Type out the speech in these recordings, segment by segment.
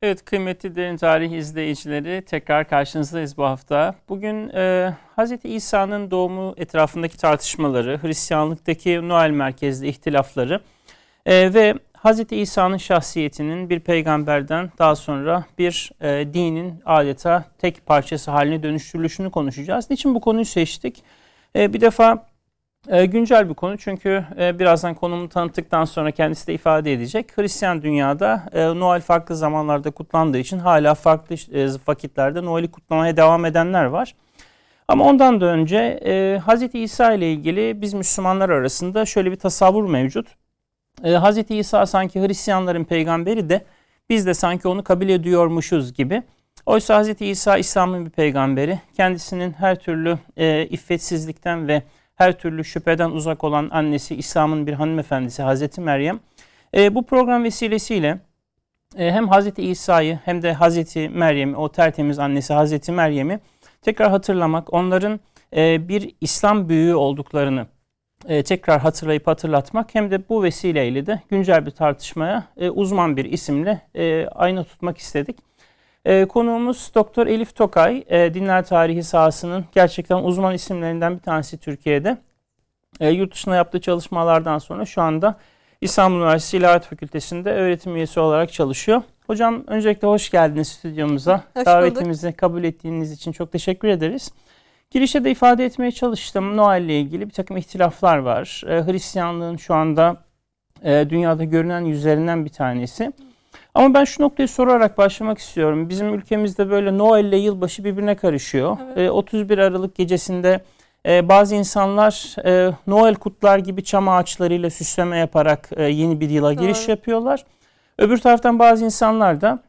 Evet, kıymetli Derin Tarih izleyicileri, tekrar karşınızdayız bu hafta. Bugün Hz. İsa'nın doğumu etrafındaki tartışmaları, Hristiyanlıktaki Noel merkezli ihtilafları ve Hz. İsa'nın şahsiyetinin bir peygamberden daha sonra bir dinin adeta tek parçası haline dönüştürülüşünü konuşacağız. Niçin bu konuyu seçtik? Bir defa güncel bir konu, çünkü birazdan konumu tanıttıktan sonra kendisi de ifade edecek. Hristiyan dünyada Noel farklı zamanlarda kutlandığı için hala farklı vakitlerde Noel'i kutlamaya devam edenler var. Ama ondan da önce Hz. İsa ile ilgili biz Müslümanlar arasında şöyle bir tasavvur mevcut. Hz. İsa sanki Hristiyanların peygamberi de biz de sanki onu kabul ediyormuşuz gibi. Oysa Hz. İsa İslam'ın bir peygamberi. Kendisinin her türlü iffetsizlikten ve her türlü şüpheden uzak olan annesi İslam'ın bir hanımefendisi Hazreti Meryem. Bu program vesilesiyle hem Hazreti İsa'yı hem de Hazreti Meryem'i, o tertemiz annesi Hazreti Meryem'i tekrar hatırlamak, onların bir İslam büyüğü olduklarını tekrar hatırlayıp hatırlatmak, hem de bu vesileyle de güncel bir tartışmaya uzman bir isimle ayna tutmak istedik. Konuğumuz Doktor Elif Tokay, dinler tarihi sahasının gerçekten uzman isimlerinden bir tanesi Türkiye'de. Yurt dışında yaptığı çalışmalardan sonra şu anda İstanbul Üniversitesi İlahiyat Fakültesi'nde öğretim üyesi olarak çalışıyor. Hocam, öncelikle hoş geldiniz stüdyomuza. Davetimizi kabul ettiğiniz için çok teşekkür ederiz. Girişte de ifade etmeye çalıştım. Noel ile ilgili bir takım ihtilaflar var. Hristiyanlığın şu anda dünyada görünen yüzlerinden bir tanesi. Ama ben şu noktayı sorarak başlamak istiyorum. Bizim ülkemizde böyle Noel ile yılbaşı birbirine karışıyor. Evet. 31 Aralık gecesinde bazı insanlar Noel kutlar gibi çam ağaçlarıyla süsleme yaparak yeni bir yıla giriş yapıyorlar. Öbür taraftan bazı insanlar da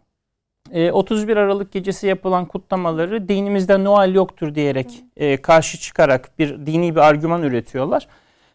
31 Aralık gecesi yapılan kutlamaları dinimizde Noel yoktur diyerek karşı çıkarak bir dini bir argüman üretiyorlar.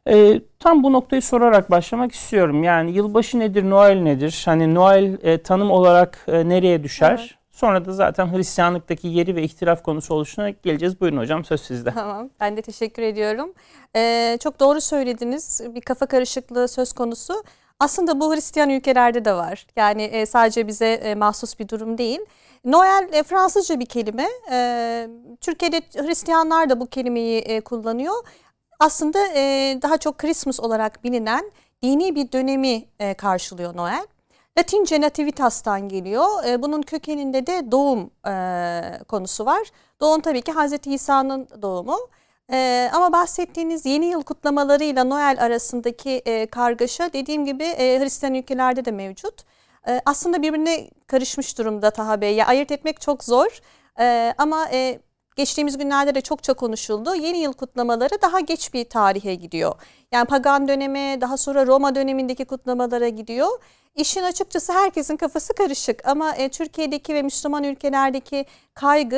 Tam bu noktayı sorarak başlamak istiyorum. Yani yılbaşı nedir, Noel nedir? Hani Noel tanım olarak nereye düşer? Evet. Sonra da zaten Hristiyanlıktaki yeri ve ihtilaf konusu oluşuna geleceğiz. Buyurun hocam, söz sizde. Tamam, ben de teşekkür ediyorum. Çok doğru söylediniz. Bir kafa karışıklığı söz konusu. Aslında bu Hristiyan ülkelerde de var. Yani sadece bize mahsus bir durum değil. Noel Fransızca bir kelime. Türkiye'de Hristiyanlar da bu kelimeyi kullanıyor. Aslında daha çok Christmas olarak bilinen dini bir dönemi karşılıyor Noel. Latince Nativitas'tan geliyor. Bunun kökeninde de doğum konusu var. Doğum tabii ki Hazreti İsa'nın doğumu. Ama bahsettiğiniz yeni yıl kutlamalarıyla Noel arasındaki kargaşa, dediğim gibi Hristiyan ülkelerde de mevcut. Aslında birbirine karışmış durumda Taha Bey. Ya, ayırt etmek çok zor ama geçtiğimiz günlerde de çokça konuşuldu. Yeni yıl kutlamaları daha geç bir tarihe gidiyor. Yani pagan döneme, daha sonra Roma dönemindeki kutlamalara gidiyor. İşin açıkçası herkesin kafası karışık ama Türkiye'deki ve Müslüman ülkelerdeki kaygı,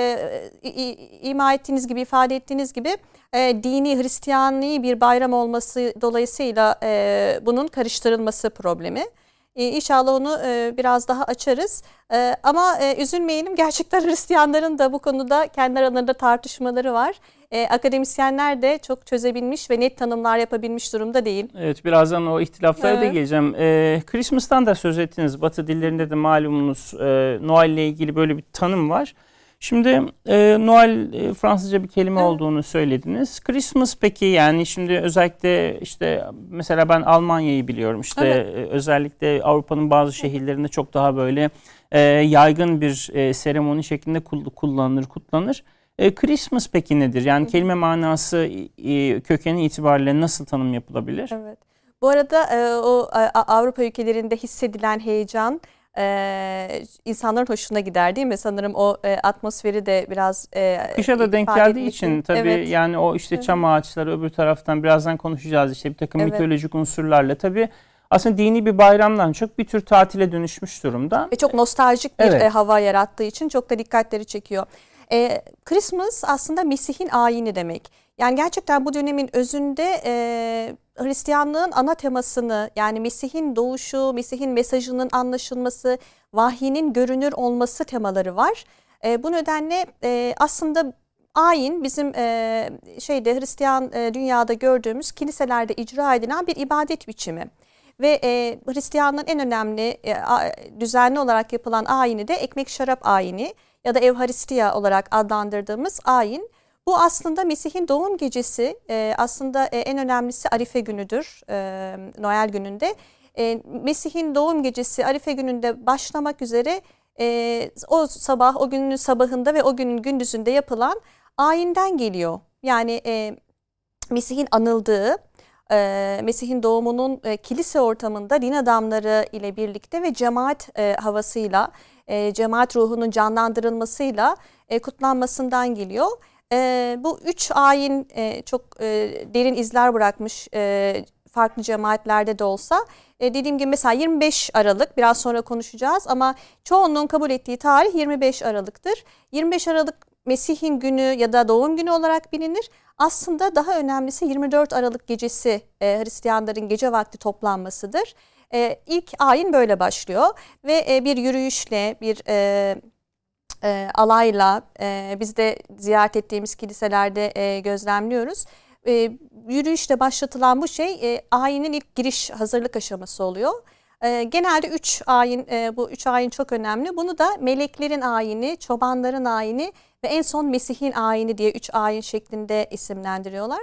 ima ettiğiniz gibi, ifade ettiğiniz gibi dini, Hristiyanlığı bir bayram olması dolayısıyla bunun karıştırılması problemi. İnşallah onu biraz daha açarız. Ama üzülmeyelim, gerçekten Hristiyanların da bu konuda kendi aralarında tartışmaları var. Akademisyenler de çok çözebilmiş ve net tanımlar yapabilmiş durumda değil. Evet, birazdan o ihtilaflara da geleceğim. Christmas'tan da söz ettiniz. Batı dillerinde de malumunuz Noel ile ilgili böyle bir tanım var. Şimdi Noel Fransızca bir kelime olduğunu söylediniz. Christmas peki, yani şimdi özellikle işte mesela ben Almanya'yı biliyorum. İşte özellikle Avrupa'nın bazı şehirlerinde çok daha böyle yaygın bir seremoni şeklinde kutlanır. Christmas peki nedir? Yani kelime manası, kökeni itibariyle nasıl tanım yapılabilir? Evet. Bu arada o Avrupa ülkelerinde hissedilen heyecan insanların hoşuna gider, değil mi? Sanırım o atmosferi de biraz kışa da denk geldiği için tabii, yani o işte çam ağaçları, öbür taraftan birazdan konuşacağız işte bir takım mitolojik unsurlarla tabii. Aslında dini bir bayramdan çok bir tür tatile dönüşmüş durumda. Ve çok nostaljik bir hava yarattığı için çok da dikkatleri çekiyor. Christmas aslında Mesih'in ayini demek. Yani gerçekten bu dönemin özünde Hristiyanlığın ana temasını, yani Mesih'in doğuşu, Mesih'in mesajının anlaşılması, vahyinin görünür olması temaları var. Bu nedenle aslında ayin bizim Hristiyan dünyada gördüğümüz kiliselerde icra edilen bir ibadet biçimi. ve Hristiyanlığın en önemli düzenli olarak yapılan ayini de ekmek şarap ayini ya da Evharistiya olarak adlandırdığımız ayin. Bu aslında Mesih'in doğum gecesi, aslında en önemlisi Arife günüdür, Noel gününde. Mesih'in doğum gecesi Arife gününde başlamak üzere o sabah, o günün sabahında ve o günün gündüzünde yapılan ayinden geliyor. Yani Mesih'in anıldığı, Mesih'in doğumunun kilise ortamında din adamları ile birlikte ve cemaat havasıyla, cemaat ruhunun canlandırılmasıyla kutlanmasından geliyor. Bu 3 ayin çok derin izler bırakmış farklı cemaatlerde de olsa. Dediğim gibi mesela 25 Aralık, biraz sonra konuşacağız ama çoğunluğun kabul ettiği tarih 25 Aralık'tır. 25 Aralık Mesih'in günü ya da doğum günü olarak bilinir. Aslında daha önemlisi 24 Aralık gecesi Hristiyanların gece vakti toplanmasıdır. İlk ayin böyle başlıyor ve bir yürüyüşle, bir alayla, biz de ziyaret ettiğimiz kiliselerde gözlemliyoruz. Yürüyüşle başlatılan bu şey ayinin ilk giriş hazırlık aşaması oluyor. Genelde 3 ayin, bu 3 ayin çok önemli. Bunu da meleklerin ayini, çobanların ayini ve en son Mesih'in ayini diye 3 ayin şeklinde isimlendiriyorlar.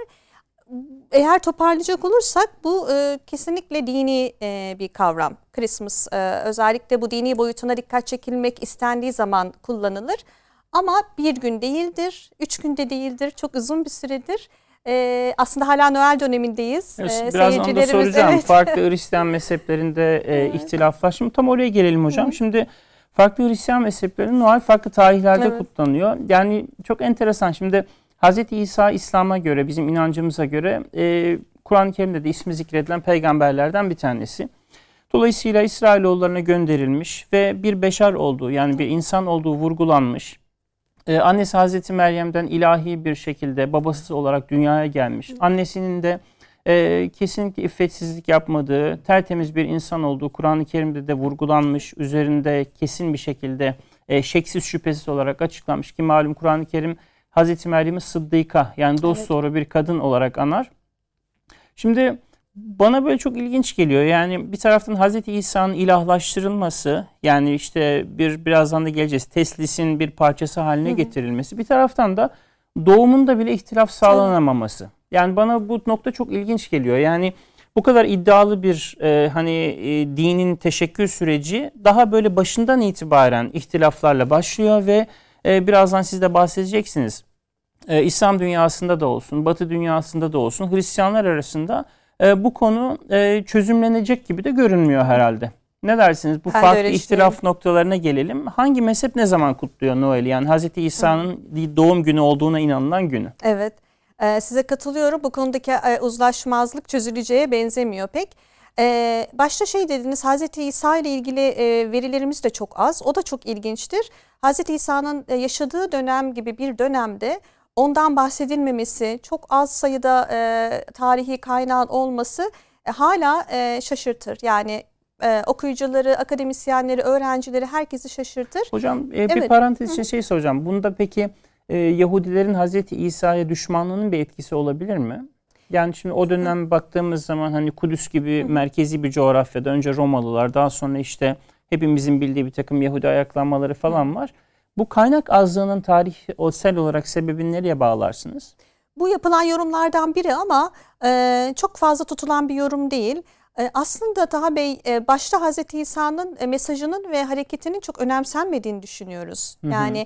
Eğer toparlayacak olursak bu kesinlikle dini bir kavram. Christmas özellikle bu dini boyutuna dikkat çekilmek istendiği zaman kullanılır. Ama bir gün değildir, 3 günde değildir, çok uzun bir süredir. Aslında hala Noel dönemindeyiz. Biraz onu da soracağım. Evet. Farklı Hristiyan mezheplerinde ihtilaflar. Şimdi tam oraya gelelim hocam. Hı. Şimdi farklı Hristiyan mezheplerinin Noel farklı tarihlerde kutlanıyor. Yani çok enteresan. Şimdi Hz. İsa İslam'a göre, bizim inancımıza göre Kur'an-ı Kerim'de de ismi zikredilen peygamberlerden bir tanesi. Dolayısıyla İsrailoğullarına gönderilmiş ve bir beşer olduğu, yani bir insan olduğu vurgulanmış. Annesi Hazreti Meryem'den ilahi bir şekilde babasız olarak dünyaya gelmiş. Annesinin de kesinlikle iffetsizlik yapmadığı, tertemiz bir insan olduğu Kur'an-ı Kerim'de de vurgulanmış. Üzerinde kesin bir şekilde şeksiz şüphesiz olarak açıklanmış ki malum Kur'an-ı Kerim Hazreti Meryem'i Sıddıka, yani dosdoğru bir kadın olarak anar. Şimdi bana böyle çok ilginç geliyor. Yani bir taraftan Hazreti İsa'nın ilahlaştırılması, yani işte birazdan da geleceğiz, teslisin bir parçası haline getirilmesi. Bir taraftan da doğumunda bile ihtilaf sağlanamaması. Yani bana bu nokta çok ilginç geliyor. Yani bu kadar iddialı bir dinin teşekkür süreci daha böyle başından itibaren ihtilaflarla başlıyor ve birazdan siz de bahsedeceksiniz. İslam dünyasında da olsun, Batı dünyasında da olsun, Hristiyanlar arasında bu konu çözümlenecek gibi de görünmüyor herhalde. Ne dersiniz? Bu farklı ihtilaf noktalarına gelelim. Hangi mezhep ne zaman kutluyor Noel'i? Yani Hz. İsa'nın doğum günü olduğuna inanılan günü. Evet. Size katılıyorum. Bu konudaki uzlaşmazlık çözüleceğe benzemiyor pek. Başta dediniz, Hz. İsa ile ilgili verilerimiz de çok az. O da çok ilginçtir. Hz. İsa'nın yaşadığı dönem gibi bir dönemde ondan bahsedilmemesi, çok az sayıda tarihi kaynağın olması hala şaşırtır. Yani okuyucuları, akademisyenleri, öğrencileri, herkesi şaşırtır. Hocam bir parantez için soracağım. Bunda peki Yahudilerin Hazreti İsa'ya düşmanlığının bir etkisi olabilir mi? Yani şimdi o dönem baktığımız zaman hani Kudüs gibi merkezi bir coğrafyada önce Romalılar, daha sonra işte hepimizin bildiği bir takım Yahudi ayaklanmaları falan var. Bu kaynak azlığının tarihsel olarak sebebini nereye bağlarsınız? Bu yapılan yorumlardan biri ama çok fazla tutulan bir yorum değil. Aslında Taha Bey, başta Hazreti İsa'nın mesajının ve hareketinin çok önemsenmediğini düşünüyoruz. Yani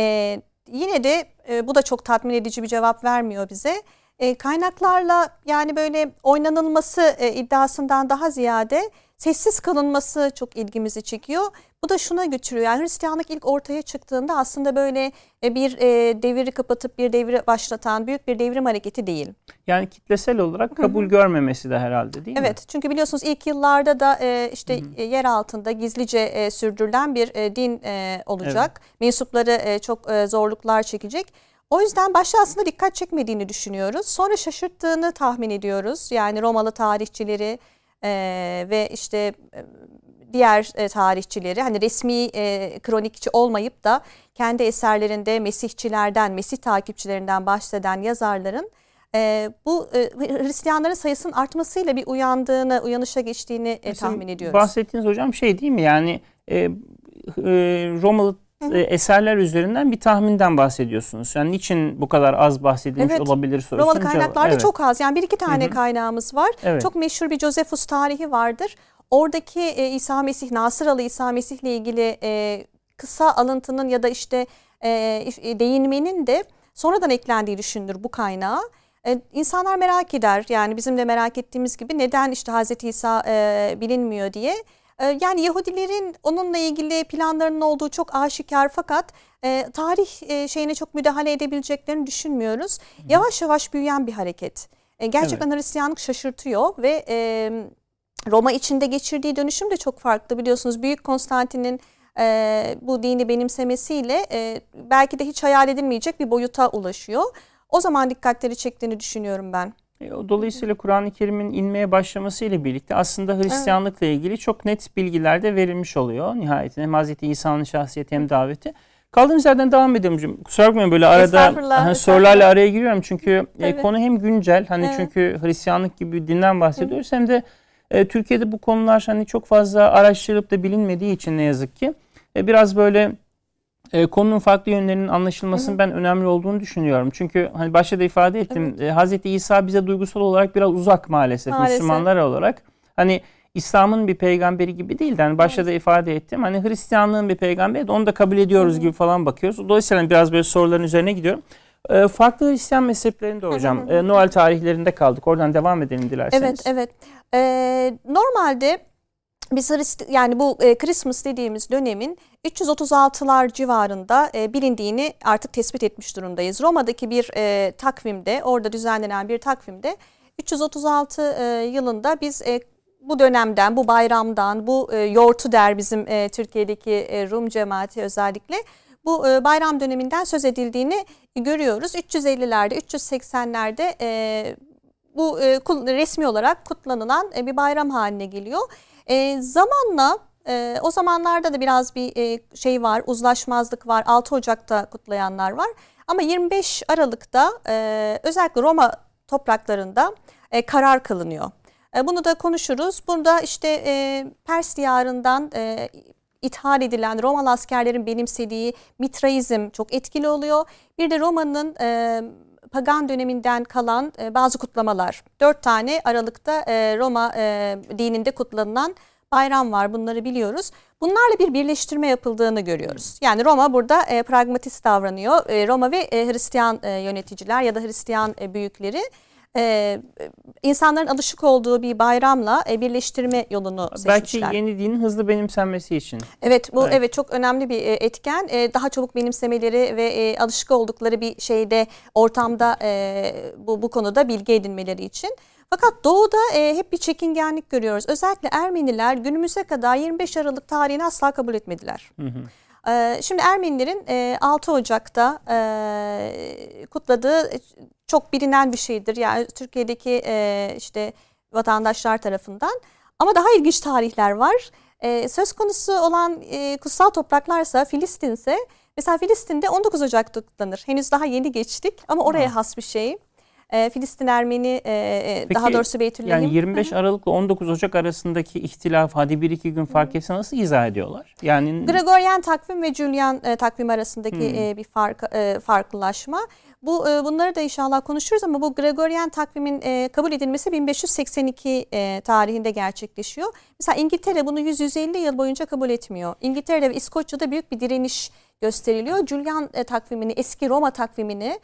yine de bu da çok tatmin edici bir cevap vermiyor bize. Kaynaklarla yani böyle oynanılması iddiasından daha ziyade sessiz kalınması çok ilgimizi çekiyor. Bu da şuna götürüyor. Yani Hristiyanlık ilk ortaya çıktığında aslında böyle bir deviri kapatıp bir devri başlatan büyük bir devrim hareketi değil. Yani kitlesel olarak kabul görmemesi de herhalde değil mi? Evet, çünkü biliyorsunuz ilk yıllarda da yer altında gizlice sürdürülen bir din olacak. Evet. Mensupları çok zorluklar çekecek. O yüzden başta aslında dikkat çekmediğini düşünüyoruz. Sonra şaşırttığını tahmin ediyoruz. Yani Romalı tarihçileri ve diğer tarihçileri, hani resmi kronikçi olmayıp da kendi eserlerinde Mesihçilerden, Mesih takipçilerinden bahseden yazarların bu Hristiyanların sayısının artmasıyla bir uyanışa geçtiğini tahmin ediyoruz. Bahsettiğiniz hocam şey değil mi? Yani Romalı eserler üzerinden bir tahminden bahsediyorsunuz. Yani niçin bu kadar az bahsedilmiş olabilir sorusunun Romalı kaynaklarda çok az. Yani bir iki tane kaynağımız var. Evet. Çok meşhur bir Josephus tarihi vardır. Oradaki İsa Mesih, Nasıralı İsa Mesih ile ilgili kısa alıntının ya da işte değinmenin de sonradan eklendiği düşünülür bu kaynağa. İnsanlar merak eder. Yani bizim de merak ettiğimiz gibi neden işte Hazreti İsa bilinmiyor diye. Yani Yahudilerin onunla ilgili planlarının olduğu çok aşikar, fakat tarih şeyine çok müdahale edebileceklerini düşünmüyoruz. Yavaş yavaş büyüyen bir hareket. Gerçekten Hristiyanlık şaşırtıyor ve Roma içinde geçirdiği dönüşüm de çok farklı. Biliyorsunuz Büyük Konstantin'in bu dini benimsemesiyle belki de hiç hayal edilmeyecek bir boyuta ulaşıyor. O zaman dikkatleri çektiğini düşünüyorum ben. Dolayısıyla Kur'an-ı Kerim'in inmeye başlamasıyla birlikte aslında Hristiyanlıkla ilgili çok net bilgiler de verilmiş oluyor. Nihayetinde hem Hz. İsa'nın şahsiyeti hem daveti. Kaldığımız yerden devam edelim. Kusura bakmayın böyle arada sorularla araya giriyorum. Çünkü konu hem güncel, çünkü Hristiyanlık gibi bir dinden bahsediyoruz, hem de Türkiye'de bu konular çok fazla araştırılıp da bilinmediği için ne yazık ki biraz böyle konunun farklı yönlerinin anlaşılmasının ben önemli olduğunu düşünüyorum. Çünkü başta da ifade ettim. Hazreti İsa bize duygusal olarak biraz uzak maalesef. Müslümanlar olarak. İslam'ın bir peygamberi gibi değil de başta da ifade ettim. Hristiyanlığın bir peygamberi de onu da kabul ediyoruz gibi falan bakıyoruz. Dolayısıyla biraz böyle soruların üzerine gidiyorum. Farklı Hristiyan mezheplerinde hocam Noel tarihlerinde kaldık. Oradan devam edelim dilerseniz. Evet. Normalde biz yani bu Christmas dediğimiz dönemin 336'lar civarında bilindiğini artık tespit etmiş durumdayız. Roma'daki bir takvimde, orada düzenlenen bir takvimde 336 yılında biz bu dönemden, bu bayramdan, bu yortu der bizim Türkiye'deki Rum cemaati özellikle, bu bayram döneminden söz edildiğini görüyoruz. 350'lerde, 380'lerde bu resmi olarak kutlanılan bir bayram haline geliyor. Zamanla o zamanlarda da biraz bir şey var, uzlaşmazlık var. 6 Ocak'ta kutlayanlar var. Ama 25 Aralık'ta özellikle Roma topraklarında karar kılınıyor. Bunu da konuşuruz. Burada işte Pers diyarından ithal edilen Romalı askerlerin benimsediği Mitraizm çok etkili oluyor. Bir de Roma'nın pagan döneminden kalan bazı kutlamalar. 4 tane Aralık'ta Roma dininde kutlanılan bayram var. Bunları biliyoruz. Bunlarla bir birleştirme yapıldığını görüyoruz. Yani Roma burada pragmatist davranıyor. Roma ve Hristiyan yöneticiler ya da Hristiyan büyükleri insanların alışık olduğu bir bayramla birleştirme yolunu seçmişler. Belki yeni dinin hızlı benimsenmesi için. Evet, bu evet çok önemli bir etken. Daha çabuk benimsemeleri ve alışık oldukları bir şeyde, ortamda bu konuda bilgi edinmeleri için. Fakat Doğu'da hep bir çekingenlik görüyoruz. Özellikle Ermeniler günümüze kadar 25 Aralık tarihini asla kabul etmediler. Şimdi Ermenilerin 6 Ocak'ta kutladığı çok bilinen bir şeydir. Yani Türkiye'deki işte vatandaşlar tarafından. Ama daha ilginç tarihler var. Söz konusu olan kutsal topraklarsa, Filistin'se, mesela Filistin'de 19 Ocak'ta kutlanır. Henüz daha yeni geçtik ama oraya has bir şey. Filistin Ermeni, daha doğrusu Beytüllahim. Yani 25 Aralık ile 19 Ocak arasındaki ihtilaf, hadi 1-2 gün fark etse nasıl izah ediyorlar? Yani Gregorian takvim ve Julian takvim arasındaki bir farklılaşma. Bunları da inşallah konuşuruz ama bu Gregorian takvimin kabul edilmesi 1582 tarihinde gerçekleşiyor. Mesela İngiltere bunu 100-150 yıl boyunca kabul etmiyor. İngiltere'de ve İskoçya'da büyük bir direniş gösteriliyor. Julian takvimini, eski Roma takvimini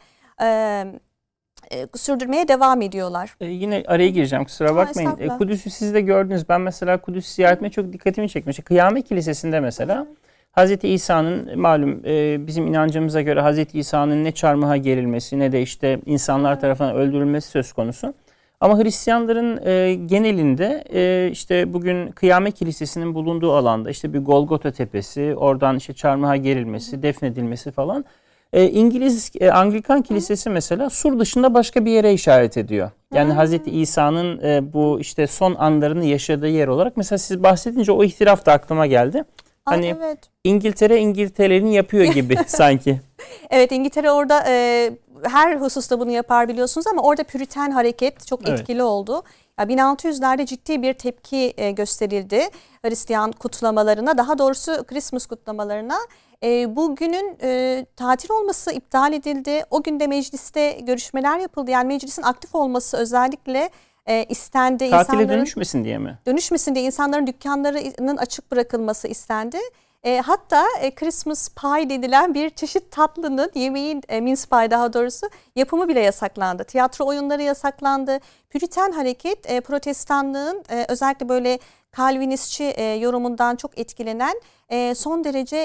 sürdürmeye devam ediyorlar. Yine araya gireceğim, kusura bakmayın. Kudüs'ü siz de gördünüz. Ben mesela Kudüs ziyaretime çok dikkatimi çekmiş. Kıyamet Kilisesi'nde mesela Hazreti İsa'nın, malum bizim inancımıza göre Hazreti İsa'nın ne çarmıha gerilmesi ne de işte insanlar tarafından öldürülmesi söz konusu. Ama Hristiyanların genelinde işte bugün Kıyamet Kilisesi'nin bulunduğu alanda işte bir Golgota Tepesi, oradan işte çarmıha gerilmesi, defnedilmesi falan. İngiliz Anglikan Kilisesi mesela sur dışında başka bir yere işaret ediyor. Yani Hazreti İsa'nın bu işte son anlarını yaşadığı yer olarak, mesela siz bahsedince o ihtilaf da aklıma geldi. Hani evet. İngiltere'nin yapıyor gibi sanki. Evet, İngiltere orada her hususta bunu yapar biliyorsunuz ama orada Püriten hareket çok etkili oldu. 1600'lerde ciddi bir tepki gösterildi Hristiyan kutlamalarına, daha doğrusu Christmas kutlamalarına. Bugünün tatil olması iptal edildi. O günde mecliste görüşmeler yapıldı. Yani meclisin aktif olması özellikle istendi. Tatile dönüşmesin diye mi? Dönüşmesin diye insanların dükkanlarının açık bırakılması istendi. Hatta Christmas pie denilen bir çeşit tatlının, yemeğin, mince pie daha doğrusu, yapımı bile yasaklandı. Tiyatro oyunları yasaklandı. Püriten hareket protestanlığın özellikle böyle Calvinistçi yorumundan çok etkilenen son derece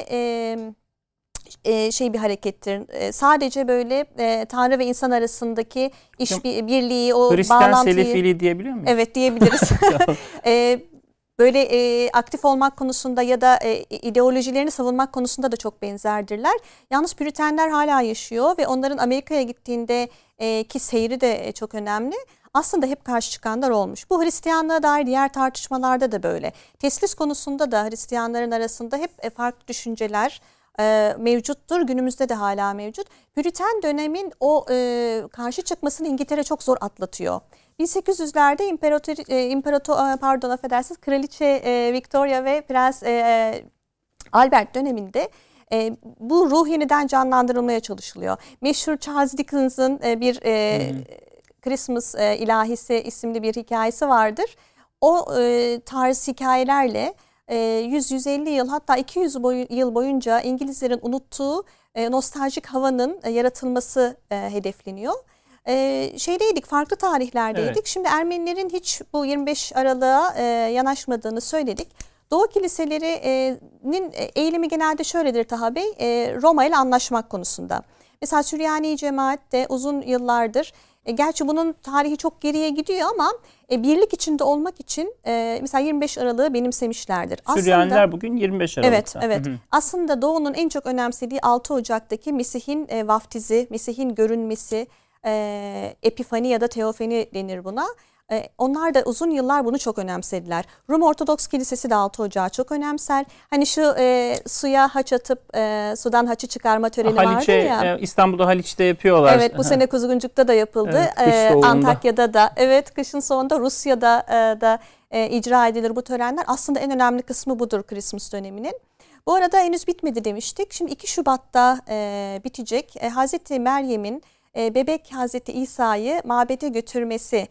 bir harekettir. Sadece böyle Tanrı ve insan arasındaki işbirliği, o Hristiyan bağlantıyı... selefiliği diyebiliyor muyuz? Evet, diyebiliriz. Böyle aktif olmak konusunda ya da ideolojilerini savunmak konusunda da çok benzerdirler. Yalnız Püritenler hala yaşıyor ve onların Amerika'ya gittiğinde ki seyri de çok önemli. Aslında hep karşı çıkanlar olmuş. Bu Hristiyanlığa dair diğer tartışmalarda da böyle. Teslis konusunda da Hristiyanların arasında hep farklı düşünceler mevcuttur. Günümüzde de hala mevcut. Püriten dönemin o karşı çıkmasını İngiltere çok zor atlatıyor. 1800'lerde Kraliçe Victoria ve Prens Albert döneminde bu ruh yeniden canlandırılmaya çalışılıyor. Meşhur Charles Dickens'ın bir Christmas ilahisi isimli bir hikayesi vardır. O tarz hikayelerle 100-150 yıl, hatta 200 yıl boyunca İngilizlerin unuttuğu nostaljik havanın yaratılması hedefleniyor. Farklı tarihlerdeydik. Evet. Şimdi Ermenilerin hiç bu 25 Aralık'a yanaşmadığını söyledik. Doğu kiliselerinin eğilimi genelde şöyledir Taha Bey, Roma ile anlaşmak konusunda. Mesela Süryani cemaat de uzun yıllardır, gerçi bunun tarihi çok geriye gidiyor ama birlik içinde olmak için mesela 25 Aralık'ı benimsemişlerdir. Süryaniler bugün 25 Aralık'ta. Evet. Aslında Doğu'nun en çok önemsediği 6 Ocak'taki Mesih'in vaftizi, Mesih'in görünmesi, Epifani ya da Teofani denir buna. Onlar da uzun yıllar bunu çok önemsediler. Rum Ortodoks Kilisesi de 6 Ocağı çok önemser. Hani şu suya haç atıp sudan haçı çıkarma töreni vardır ya. İstanbul'da Haliç'te yapıyorlar. Evet, bu sene Kuzguncuk'ta da yapıldı. Evet, Antakya'da da. Evet, kışın sonunda Rusya'da da icra edilir bu törenler. Aslında en önemli kısmı budur Christmas döneminin. Bu arada henüz bitmedi demiştik. Şimdi 2 Şubat'ta bitecek. Hazreti Meryem'in bebek Hazreti İsa'yı mabede götürmesi,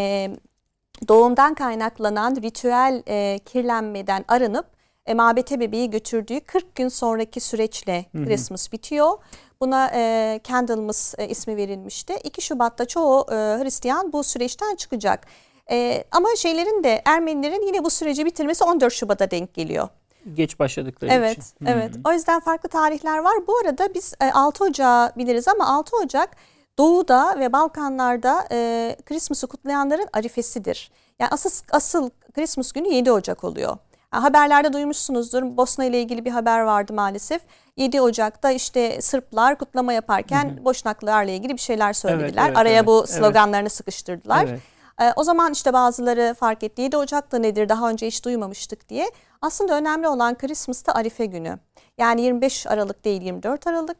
doğumdan kaynaklanan ritüel kirlenmeden arınıp mabete bebeği götürdüğü 40 gün sonraki süreçle Christmas bitiyor. Buna Candlemas ismi verilmişti. 2 Şubat'ta çoğu Hristiyan bu süreçten çıkacak. Ama Ermenilerin yine bu süreci bitirmesi 14 Şubat'a denk geliyor. Geç başladıkları için. Evet. O yüzden farklı tarihler var. Bu arada biz 6 Ocağı biliriz ama 6 Ocak Doğu'da ve Balkanlar'da Christmas'ı kutlayanların arifesidir. Yani asıl Christmas günü 7 Ocak oluyor. Yani haberlerde duymuşsunuzdur. Bosna ile ilgili bir haber vardı maalesef. 7 Ocak'ta işte Sırplar kutlama yaparken Boşnaklarla ilgili bir şeyler söylediler. Araya bu sloganlarını sıkıştırdılar. Evet. O zaman işte bazıları fark etti. 7 Ocak'ta nedir, daha önce hiç duymamıştık diye. Aslında önemli olan Christmas'ta Arife günü. Yani 25 Aralık değil, 24 Aralık.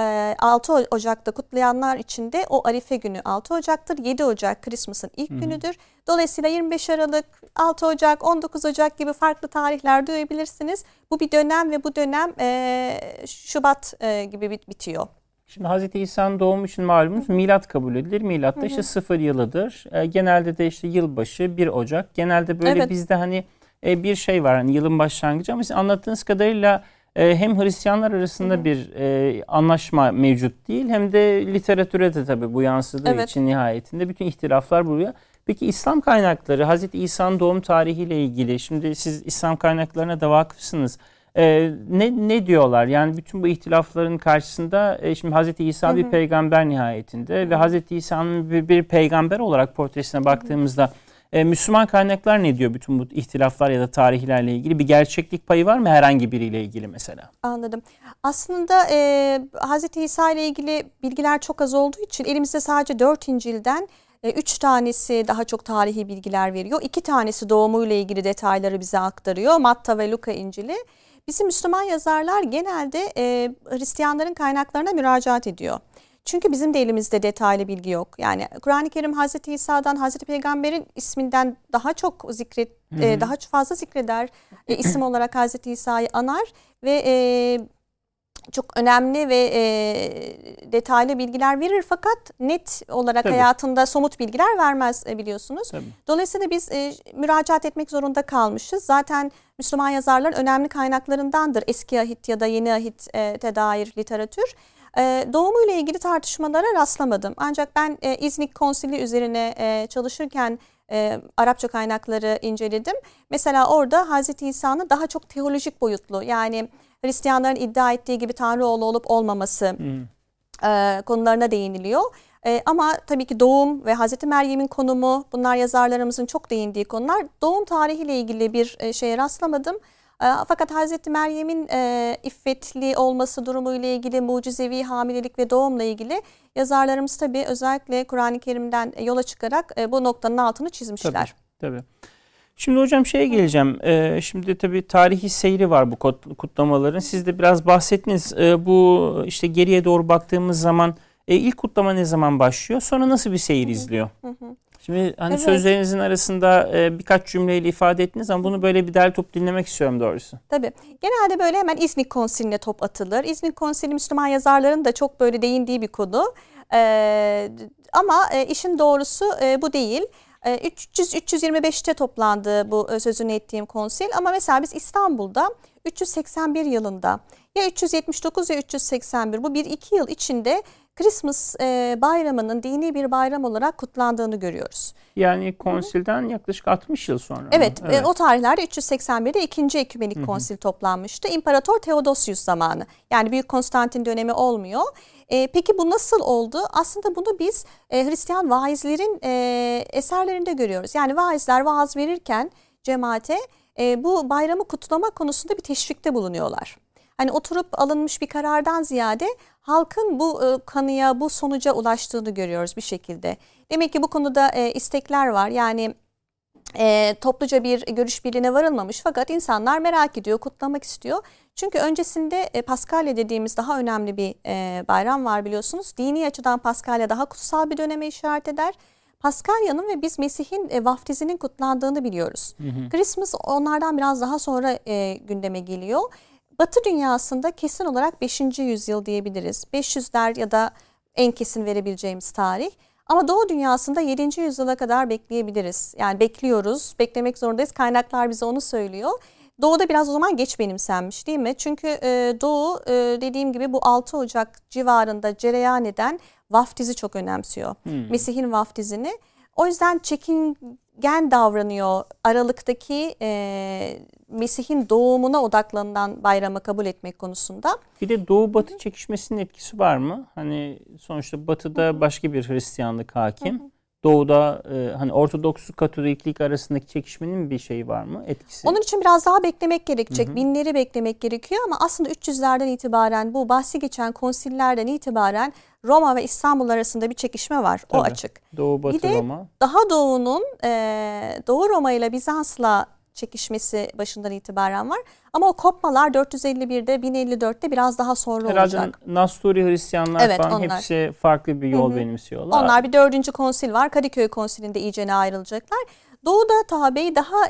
6 Ocak'ta kutlayanlar için de o Arife günü 6 Ocak'tır. 7 Ocak Christmas'ın ilk günüdür. Dolayısıyla 25 Aralık, 6 Ocak, 19 Ocak gibi farklı tarihler duyabilirsiniz. Bu bir dönem ve bu dönem Şubat gibi bitiyor. Şimdi Hazreti İsa'nın doğumu için malumunuz milat kabul edilir. Milat da işte 0 yılıdır. Genelde de işte yılbaşı 1 Ocak. Genelde böyle bizde hani bir şey var, hani yılın başlangıcı, ama siz anlattığınız kadarıyla hem Hristiyanlar arasında bir anlaşma mevcut değil, hem de literatüre de tabii bu yansıdığı için nihayetinde bütün ihtilaflar buraya. Peki İslam kaynakları Hazreti İsa'nın doğum tarihiyle ilgili, şimdi siz İslam kaynaklarına da vakıfsınız. Ne diyorlar? Yani bütün bu ihtilafların karşısında şimdi Hazreti İsa bir peygamber nihayetinde ve Hazreti İsa'nın bir peygamber olarak portresine baktığımızda Müslüman kaynaklar ne diyor bütün bu ihtilaflar ya da tarihlerle ilgili? Bir gerçeklik payı var mı herhangi biriyle ilgili mesela? Anladım. Aslında Hazreti İsa ile ilgili bilgiler çok az olduğu için elimizde sadece 4 İncil'den 3 tanesi daha çok tarihi bilgiler veriyor. 2 tanesi doğumuyla ilgili detayları bize aktarıyor. Matta ve Luka İncil'i. Bizim Müslüman yazarlar genelde Hristiyanların kaynaklarına müracaat ediyor. Çünkü bizim de elimizde detaylı bilgi yok. Yani Kur'an-ı Kerim Hazreti İsa'dan, Hazreti Peygamber'in isminden daha çok daha fazla zikreder. İsim olarak Hazreti İsa'yı anar ve çok önemli ve detaylı bilgiler verir, fakat net olarak hayatında somut bilgiler vermez, biliyorsunuz. Dolayısıyla biz müracaat etmek zorunda kalmışız. Zaten Müslüman yazarların önemli kaynaklarındandır Eski Ahit ya da Yeni Ahit'e dair literatür. Doğumuyla ilgili tartışmalara rastlamadım. Ancak ben İznik Konsili üzerine çalışırken Arapça kaynakları inceledim. Mesela orada Hazreti İsa'nın daha çok teolojik boyutlu, yani Hristiyanların iddia ettiği gibi Tanrı oğlu olup olmaması konularına değiniliyor. Ama tabii ki doğum ve Hazreti Meryem'in konumu, bunlar yazarlarımızın çok değindiği konular. Doğum tarihiyle ilgili bir şeye rastlamadım. Fakat Hazreti Meryem'in iffetli olması durumuyla ilgili, mucizevi hamilelik ve doğumla ilgili yazarlarımız tabii özellikle Kur'an-ı Kerim'den yola çıkarak bu noktanın altını çizmişler. Tabii. Şimdi hocam şeye geleceğim. Şimdi tabii tarihi seyri var bu kutlamaların. Siz de biraz bahsettiniz. Bu işte geriye doğru baktığımız zaman ilk kutlama ne zaman başlıyor? Sonra nasıl bir seyir izliyor? Şimdi hani sözlerinizin arasında birkaç cümleyle ifade ettiniz ama bunu böyle bir derli toplu dinlemek istiyorum doğrusu. Tabii. Genelde böyle hemen İznik Konsili'ne top atılır. İznik Konsili Müslüman yazarların da çok böyle değindiği bir konu. Ama işin doğrusu bu değil. 325'te toplandı bu sözünü ettiğim konsil, ama mesela biz İstanbul'da 381 yılında ya 379 ya 381, bu 1-2 yıl içinde Christmas bayramının dini bir bayram olarak kutlandığını görüyoruz. Yani konsilden yaklaşık 60 yıl sonra. Evet. O tarihlerde 381'de 2. Ekümenik Konsil toplanmıştı. İmparator Theodosius zamanı. Yani Büyük Konstantin dönemi olmuyor. Peki bu nasıl oldu? Aslında bunu biz Hristiyan vaizlerin eserlerinde görüyoruz. Yani vaizler vaaz verirken cemaate bu bayramı kutlama konusunda bir teşvikte bulunuyorlar. Hani oturup alınmış bir karardan ziyade halkın bu kanıya, bu sonuca ulaştığını görüyoruz bir şekilde. Demek ki bu konuda istekler var. Yani topluca bir görüş birliğine varılmamış, fakat insanlar merak ediyor, kutlamak istiyor. Çünkü öncesinde Paskalya dediğimiz daha önemli bir bayram var, biliyorsunuz. Dini açıdan Paskalya daha kutsal bir döneme işaret eder. Paskalya'nın ve biz Mesih'in vaftizinin kutlandığını biliyoruz. Christmas onlardan biraz daha sonra gündeme geliyor. Batı dünyasında kesin olarak 5. yüzyıl diyebiliriz. 500'ler ya da en kesin verebileceğimiz tarih. Ama Doğu dünyasında 7. yüzyıla kadar bekleyebiliriz. Yani bekliyoruz, beklemek zorundayız. Kaynaklar bize onu söylüyor. Doğu'da biraz o zaman geç benimsenmiş, değil mi? Çünkü Doğu dediğim gibi bu 6 Ocak civarında cereyan eden vaftizi çok önemsiyor. Mesih'in vaftizini. O yüzden çekingen davranıyor. Aralıktaki Mesih'in doğumuna odaklanılan bayramı kabul etmek konusunda. Bir de Doğu-Batı çekişmesinin etkisi var mı? Hani sonuçta Batı'da başka bir Hristiyanlık hakim. Doğu'da hani Ortodokslu Katoliklik arasındaki çekişmenin bir şeyi var mı? Etkisi? Onun için biraz daha beklemek gerekecek. Binleri beklemek gerekiyor, ama aslında 300'lerden itibaren, bu bahsi geçen konsillerden itibaren Roma ve İstanbul arasında bir çekişme var. Tabii, o açık. Doğu-Batı bir de Roma. Daha Doğu'nun Doğu Roma ile Bizans'la çekişmesi başından itibaren var. Ama o kopmalar 451'de, 1054'te biraz daha sonra olacak. Herhalde Nasturi Hristiyanlar falan onlar. Hepsi farklı bir yol benimsiyorlar. Onlar bir 4. konsil var. Kadıköy konsilinde iyicene ayrılacaklar. Doğu'da tabi daha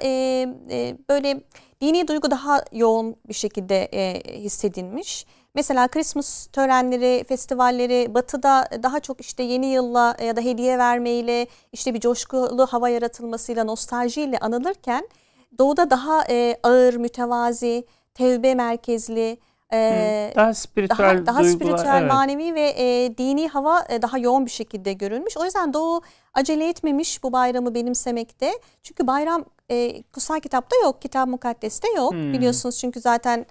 böyle dini duygu daha yoğun bir şekilde hissedilmiş. Mesela Christmas törenleri, festivalleri Batı'da daha çok işte yeni yılla ya da hediye vermeyle, işte bir coşkulu hava yaratılmasıyla, nostaljiyle anılırken, Doğu'da daha ağır, mütevazi, tevbe merkezli, daha spiritüel, daha spiritüel, manevi ve dini hava daha yoğun bir şekilde görülmüş. O yüzden Doğu acele etmemiş bu bayramı benimsemekte. Çünkü bayram kutsal kitapta yok, Kitab-ı Mukaddes'te yok. Biliyorsunuz, çünkü zaten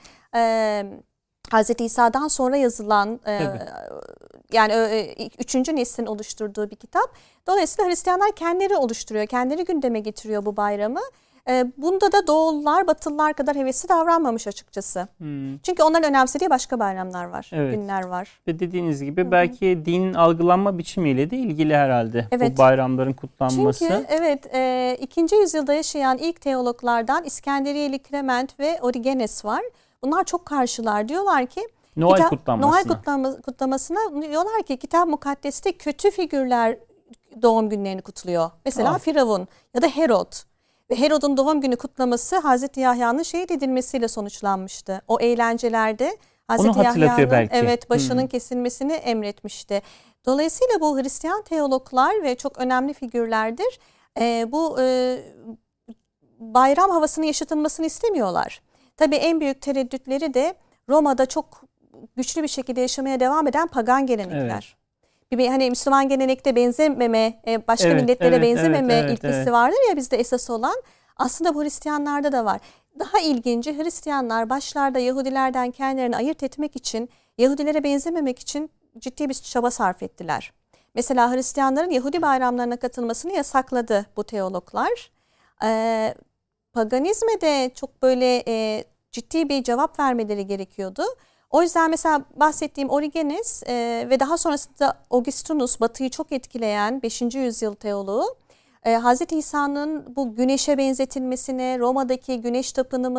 Hazreti İsa'dan sonra yazılan yani 3. neslin oluşturduğu bir kitap. Dolayısıyla Hristiyanlar kendileri oluşturuyor, kendileri gündeme getiriyor bu bayramı. Bunda da Doğulular, Batılılar kadar hevesli davranmamış açıkçası. Çünkü onların önemsediği başka bayramlar var, günler var. Ve dediğiniz gibi belki dinin algılanma biçimiyle de ilgili herhalde bu bayramların kutlanması. Çünkü 2. yüzyılda yaşayan ilk teologlardan İskenderiyeli Clement ve Origenes var. Bunlar çok karşılar. Diyorlar ki Noel kutlanmasına. Noel kutlamasına diyorlar ki Kitap-ı Mukaddes'te kötü figürler doğum günlerini kutluyor. Mesela Firavun ya da Herod. Ve Herod'un doğum günü kutlaması Hazreti Yahya'nın şehit edilmesiyle sonuçlanmıştı. O eğlencelerde Hazreti Yahya'nın başının kesilmesini emretmişti. Dolayısıyla bu Hristiyan teologlar ve çok önemli figürlerdir. Bu bayram havasını yaşatılmasını istemiyorlar. Tabii en büyük tereddütleri de Roma'da çok güçlü bir şekilde yaşamaya devam eden pagan gelenekler. Hani Müslüman gelenekte benzememe, başka milletlere benzememe ilkesi vardır ya bizde esas olan. Aslında bu Hristiyanlarda da var. Daha ilginci, Hristiyanlar başlarda Yahudilerden kendilerini ayırt etmek için, Yahudilere benzememek için ciddi bir çaba sarf ettiler. Mesela Hristiyanların Yahudi bayramlarına katılmasını yasakladı bu teologlar. Paganizme de çok böyle ciddi bir cevap vermeleri gerekiyordu. O yüzden mesela bahsettiğim Origenes ve daha sonrasında Augustinus, Batı'yı çok etkileyen 5. yüzyıl teoloğu, Hz. İsa'nın bu güneşe benzetilmesine, Roma'daki güneş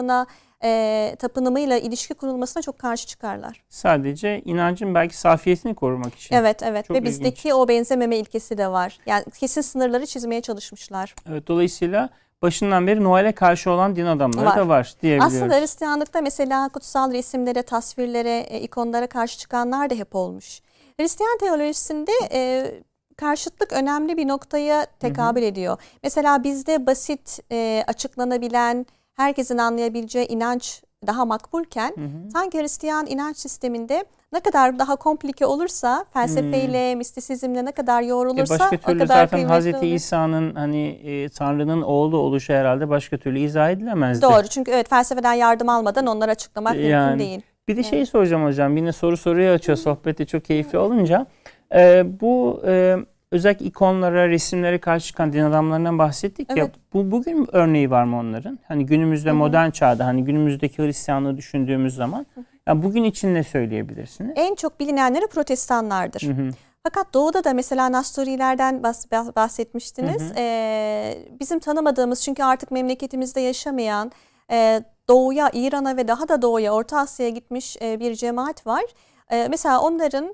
tapınımıyla ilişki kurulmasına çok karşı çıkarlar. Sadece inancın belki safiyetini korumak için. Evet. Çok ve bizdeki ilginç. O benzememe ilkesi de var. Yani kesin sınırları çizmeye çalışmışlar. Evet, dolayısıyla başından beri Noel'e karşı olan din adamları da var diyebiliyoruz. Aslında Hristiyanlıkta mesela kutsal resimlere, tasvirlere, ikonlara karşı çıkanlar da hep olmuş. Hristiyan teolojisinde karşıtlık önemli bir noktaya tekabül ediyor. Mesela bizde basit, açıklanabilen, herkesin anlayabileceği inanç daha makbulken sanki Hristiyan inanç sisteminde ne kadar daha komplike olursa, felsefeyle, mistisizmle ne kadar yoğrulursa başka o türlü kadar zaten Hazreti İsa'nın Tanrı'nın oğlu oluşu herhalde başka türlü izah edilemezdi. Doğru, çünkü felsefeden yardım almadan onları açıklamak mümkün değil. Bir de şeyi soracağım hocam, yine soruya açıyor, sohbeti çok keyifli olunca. Bu özellikle ikonlara, resimlere karşı çıkan din adamlarından bahsettik ya. Bugün örneği var mı onların? Hani günümüzde modern çağda, hani günümüzdeki Hristiyanlığı düşündüğümüz zaman, yani bugün için ne söyleyebilirsiniz? En çok bilinenleri protestanlardır. Fakat doğuda da mesela Nastorilerden bahsetmiştiniz. Bizim tanımadığımız, çünkü artık memleketimizde yaşamayan, doğuya, İran'a ve daha da doğuya, Orta Asya'ya gitmiş bir cemaat var. Mesela onların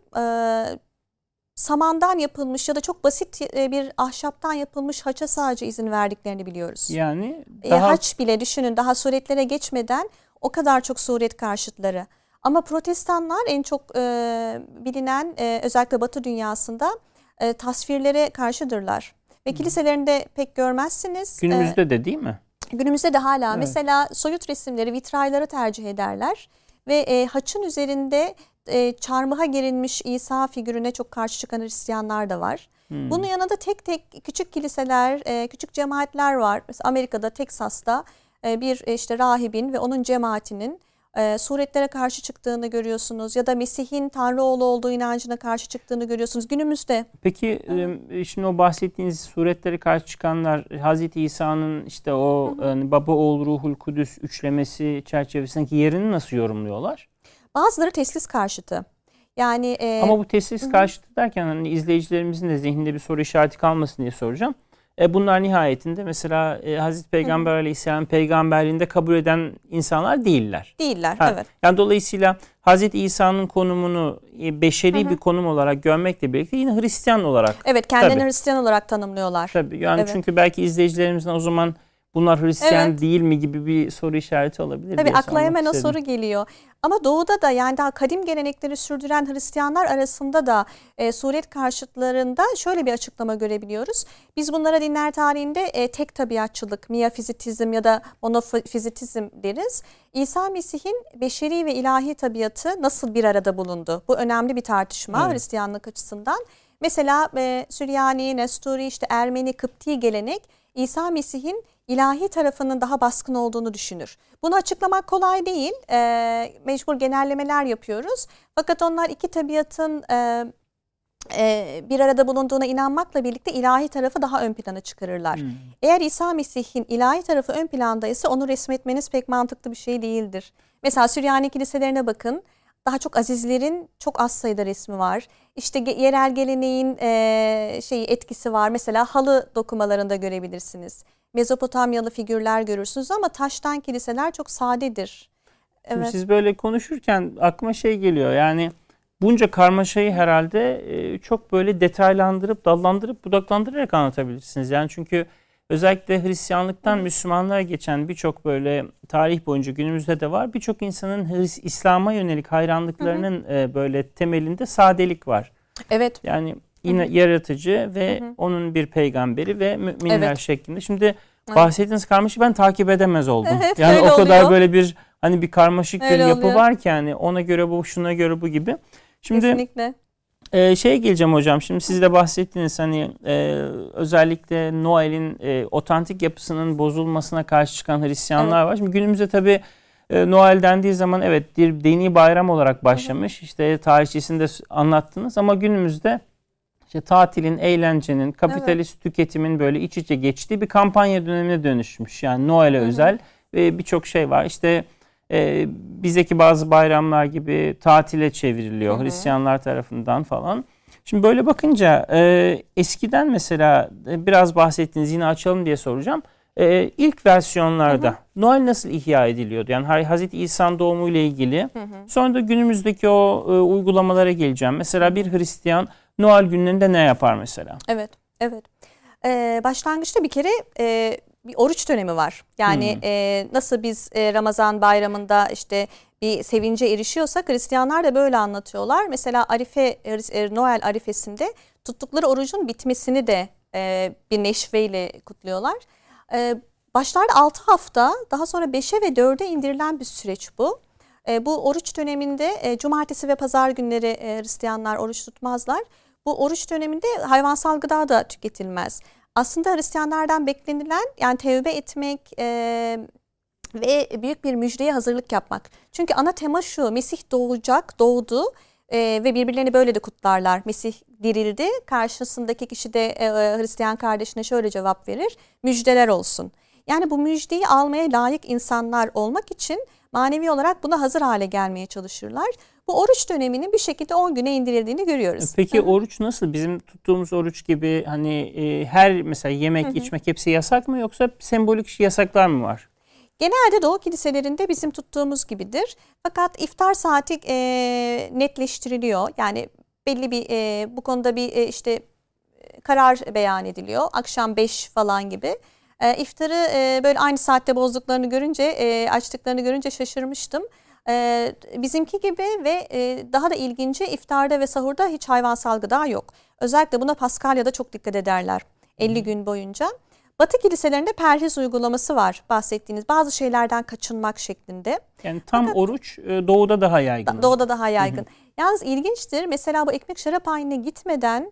samandan yapılmış ya da çok basit bir ahşaptan yapılmış haça sadece izin verdiklerini biliyoruz. Yani haç bile düşünün, daha suretlere geçmeden o kadar çok suret karşıtları. Ama protestanlar en çok bilinen, özellikle Batı dünyasında tasvirlere karşıdırlar. Ve kiliselerinde pek görmezsiniz. Günümüzde de değil mi? Günümüzde de hala. Evet. Mesela soyut resimleri, vitrayları tercih ederler. Ve haçın üzerinde çarmıha gerilmiş İsa figürüne çok karşı çıkan Hristiyanlar da var. Bunun yanında tek tek küçük kiliseler, küçük cemaatler var. Mesela Amerika'da, Teksas'ta bir rahibin ve onun cemaatinin suretlere karşı çıktığını görüyorsunuz. Ya da Mesih'in Tanrı oğlu olduğu inancına karşı çıktığını görüyorsunuz günümüzde. Peki şimdi o bahsettiğiniz suretlere karşı çıkanlar, Hazreti İsa'nın o Baba, Oğul, Ruhul Kudüs üçlemesi çerçevesindeki yerini nasıl yorumluyorlar? Bazıları teslis karşıtı. Yani ama bu teslis karşıtı derken hani izleyicilerimizin de zihninde bir soru işareti kalmasın diye soracağım. Bunlar nihayetinde mesela Hazreti Peygamber Aleyhisselam peygamberliğinde kabul eden insanlar değiller. Evet. Yani dolayısıyla Hazreti İsa'nın konumunu beşeri bir konum olarak görmekle birlikte yine Hristiyan olarak. Evet, kendilerini Hristiyan olarak tanımlıyorlar. Tabii yani çünkü belki izleyicilerimizden o zaman bunlar Hristiyan değil mi gibi bir soru işareti olabilir. Tabii akla hemen o soru geliyor. Ama doğuda da, yani daha kadim gelenekleri sürdüren Hristiyanlar arasında da suret karşıtlarında şöyle bir açıklama görebiliyoruz. Biz bunlara dinler tarihinde tek tabiatçılık, miyafizitizm ya da monofizitizm deriz. İsa Mesih'in beşeri ve ilahi tabiatı nasıl bir arada bulundu? Bu önemli bir tartışma Hristiyanlık açısından. Mesela Süryani, Nesturi, Ermeni, Kıpti gelenek İsa Mesih'in ilahi tarafının daha baskın olduğunu düşünür. Bunu açıklamak kolay değil. Mecbur genellemeler yapıyoruz. Fakat onlar iki tabiatın bir arada bulunduğuna inanmakla birlikte ilahi tarafı daha ön plana çıkarırlar. Eğer İsa Mesih'in ilahi tarafı ön plandaysa onu resmetmeniz pek mantıklı bir şey değildir. Mesela Süryani kiliselerine bakın. Daha çok azizlerin çok az sayıda resmi var. Yerel geleneğin etkisi var. Mesela halı dokumalarında görebilirsiniz. Mezopotamyalı figürler görürsünüz ama taştan kiliseler çok sadedir. Şimdi Evet. siz böyle konuşurken aklıma şey geliyor. Yani bunca karmaşayı herhalde çok böyle detaylandırıp, dallandırıp, budaklandırarak anlatabilirsiniz. Yani çünkü özellikle Hristiyanlıktan Müslümanlığa geçen birçok böyle tarih boyunca günümüzde de var. Birçok insanın İslam'a yönelik hayranlıklarının böyle temelinde sadelik var. Evet. Yani yine yaratıcı ve onun bir peygamberi ve müminler şeklinde. Şimdi bahsettiğiniz karmaşayı ben takip edemez oldum. Evet, yani öyle o kadar oluyor. böyle bir hani bir karmaşık Öyle bir yapı oluyor. var ki yani ona göre bu, şuna göre bu gibi. Şimdi Kesinlikle. şeye geleceğim hocam. Şimdi siz de bahsettiniz hani özellikle Noel'in otantik yapısının bozulmasına karşı çıkan Hristiyanlar var. Şimdi günümüzde tabii Noel dendiği zaman evet bir dini bayram olarak başlamış. İşte tarihçesini de anlattınız ama günümüzde işte tatilin, eğlencenin, kapitalist tüketimin böyle iç içe geçtiği bir kampanya dönemine dönüşmüş. Yani Noel'e özel ve birçok şey var. İşte bizdeki bazı bayramlar gibi tatile çevriliyor Hristiyanlar tarafından falan. Şimdi böyle bakınca eskiden mesela biraz bahsettiğiniz yine açalım diye soracağım. İlk versiyonlarda Noel nasıl ihya ediliyordu? Yani Hazreti İsa'nın doğumu ile ilgili. Sonra da günümüzdeki o uygulamalara geleceğim. Mesela bir Hristiyan Noel günlerinde ne yapar mesela? Evet, evet. Başlangıçta bir kere bir oruç dönemi var. Yani nasıl biz Ramazan bayramında işte bir sevince erişiyorsak Hristiyanlar da böyle anlatıyorlar. Mesela Noel arifesinde tuttukları orucun bitmesini de bir neşveyle kutluyorlar. Başlarda 6 hafta, daha sonra 5'e ve 4'e indirilen bir süreç bu. Bu oruç döneminde cumartesi ve pazar günleri Hristiyanlar oruç tutmazlar. Bu oruç döneminde hayvansal gıda da tüketilmez. Aslında Hristiyanlardan beklenilen yani tevbe etmek ve büyük bir müjdeye hazırlık yapmak. Çünkü ana tema şu: Mesih doğdu ve birbirlerini böyle de kutlarlar. Mesih dirildi. Karşısındaki kişi de Hristiyan kardeşine şöyle cevap verir: müjdeler olsun. Yani bu müjdeyi almaya layık insanlar olmak için manevi olarak buna hazır hale gelmeye çalışırlar. Bu oruç döneminin bir şekilde 10 güne indirildiğini görüyoruz. Peki oruç nasıl? Bizim tuttuğumuz oruç gibi hani her mesela yemek, içmek hepsi yasak mı yoksa sembolik yasaklar mı var? Genelde Doğu kiliselerinde bizim tuttuğumuz gibidir. Fakat iftar saati netleştiriliyor. Yani belli bir bu konuda bir işte karar beyan ediliyor. Akşam 5 falan gibi. İftarı böyle aynı saatte bozduklarını görünce, açtıklarını görünce şaşırmıştım. Bizimki gibi ve daha da ilginci, iftarda ve sahurda hiç hayvansal gıda yok. Özellikle buna Paskalya'da çok dikkat ederler 50 gün boyunca. Batı kiliselerinde perhiz uygulaması var, bahsettiğiniz bazı şeylerden kaçınmak şeklinde. Yani tam oruç doğuda daha yaygın. Doğuda daha yaygın. Yalnız ilginçtir, mesela bu ekmek şarap ayinine gitmeden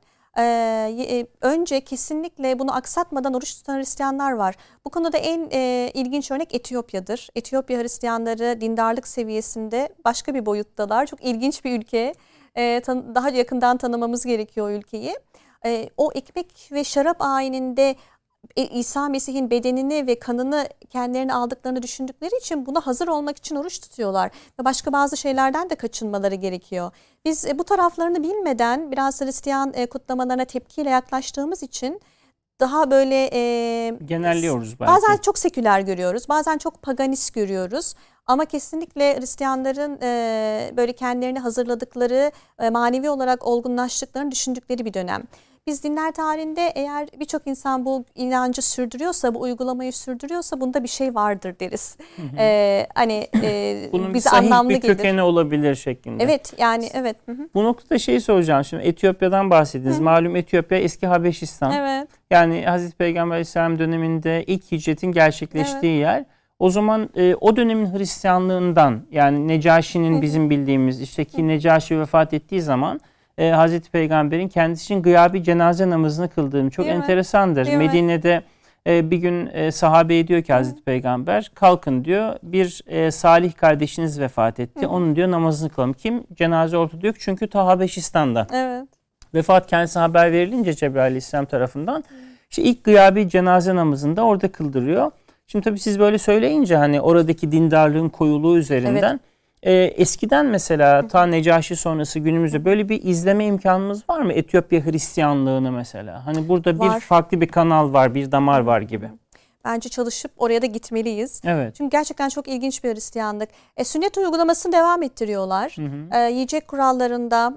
önce kesinlikle bunu aksatmadan oruç tutan Hristiyanlar var. Bu konuda en ilginç örnek Etiyopya'dır. Etiyopya Hristiyanları dindarlık seviyesinde başka bir boyuttalar. Çok ilginç bir ülke. Daha yakından tanımamız gerekiyor o ülkeyi. O ekmek ve şarap ayininde İsa Mesih'in bedenini ve kanını kendilerine aldıklarını düşündükleri için buna hazır olmak için oruç tutuyorlar. Ve başka bazı şeylerden de kaçınmaları gerekiyor. Biz bu taraflarını bilmeden biraz Hristiyan kutlamalarına tepkiyle yaklaştığımız için daha böyle genelliyoruz belki. Bazen çok seküler görüyoruz, bazen çok paganist görüyoruz. Ama kesinlikle Hristiyanların böyle kendilerini hazırladıkları, manevi olarak olgunlaştıklarını düşündükleri bir dönem. Biz dinler tarihinde eğer birçok insan bu inancı sürdürüyorsa, bu uygulamayı sürdürüyorsa bunda bir şey vardır deriz. Hani bunun bize sahih anlamlı bir gelir. kökeni olabilir şeklinde. Evet, yani evet. Bu noktada şeyi soracağım. Şimdi Etiyopya'dan bahsettiniz. Malum Etiyopya eski Habeşistan. Evet. Yani Hazreti Peygamber Aleyhisselam döneminde ilk hicretin gerçekleştiği yer. O zaman o dönemin Hristiyanlığından, yani Necaşi'nin bizim bildiğimiz işte ki Necaşi vefat ettiği zaman Hazreti Peygamber'in kendisi için gıyabi cenaze namazını kıldığını çok enteresandır. Değil mi? Medine'de bir gün sahabeye diyor ki Hazreti Peygamber, kalkın diyor, bir salih kardeşiniz vefat etti. Onun diyor namazını kılalım. Kim? Cenaze ortada yok çünkü ta Habeşistan'da. Evet. Vefat kendisine haber verilince Cebrail Aleyhisselam tarafından işte ilk gıyabi cenaze namazını da orada kıldırıyor. Şimdi tabii siz böyle söyleyince hani oradaki dindarlığın koyuluğu üzerinden eskiden mesela ta Necaşi sonrası günümüzde böyle bir izleme imkanımız var mı? Etiyopya Hristiyanlığını mesela. Hani burada bir farklı bir kanal var, bir damar var gibi. Bence çalışıp oraya da gitmeliyiz. Evet. Çünkü gerçekten çok ilginç bir Hristiyanlık. Sünnet uygulamasını devam ettiriyorlar. Yiyecek kurallarında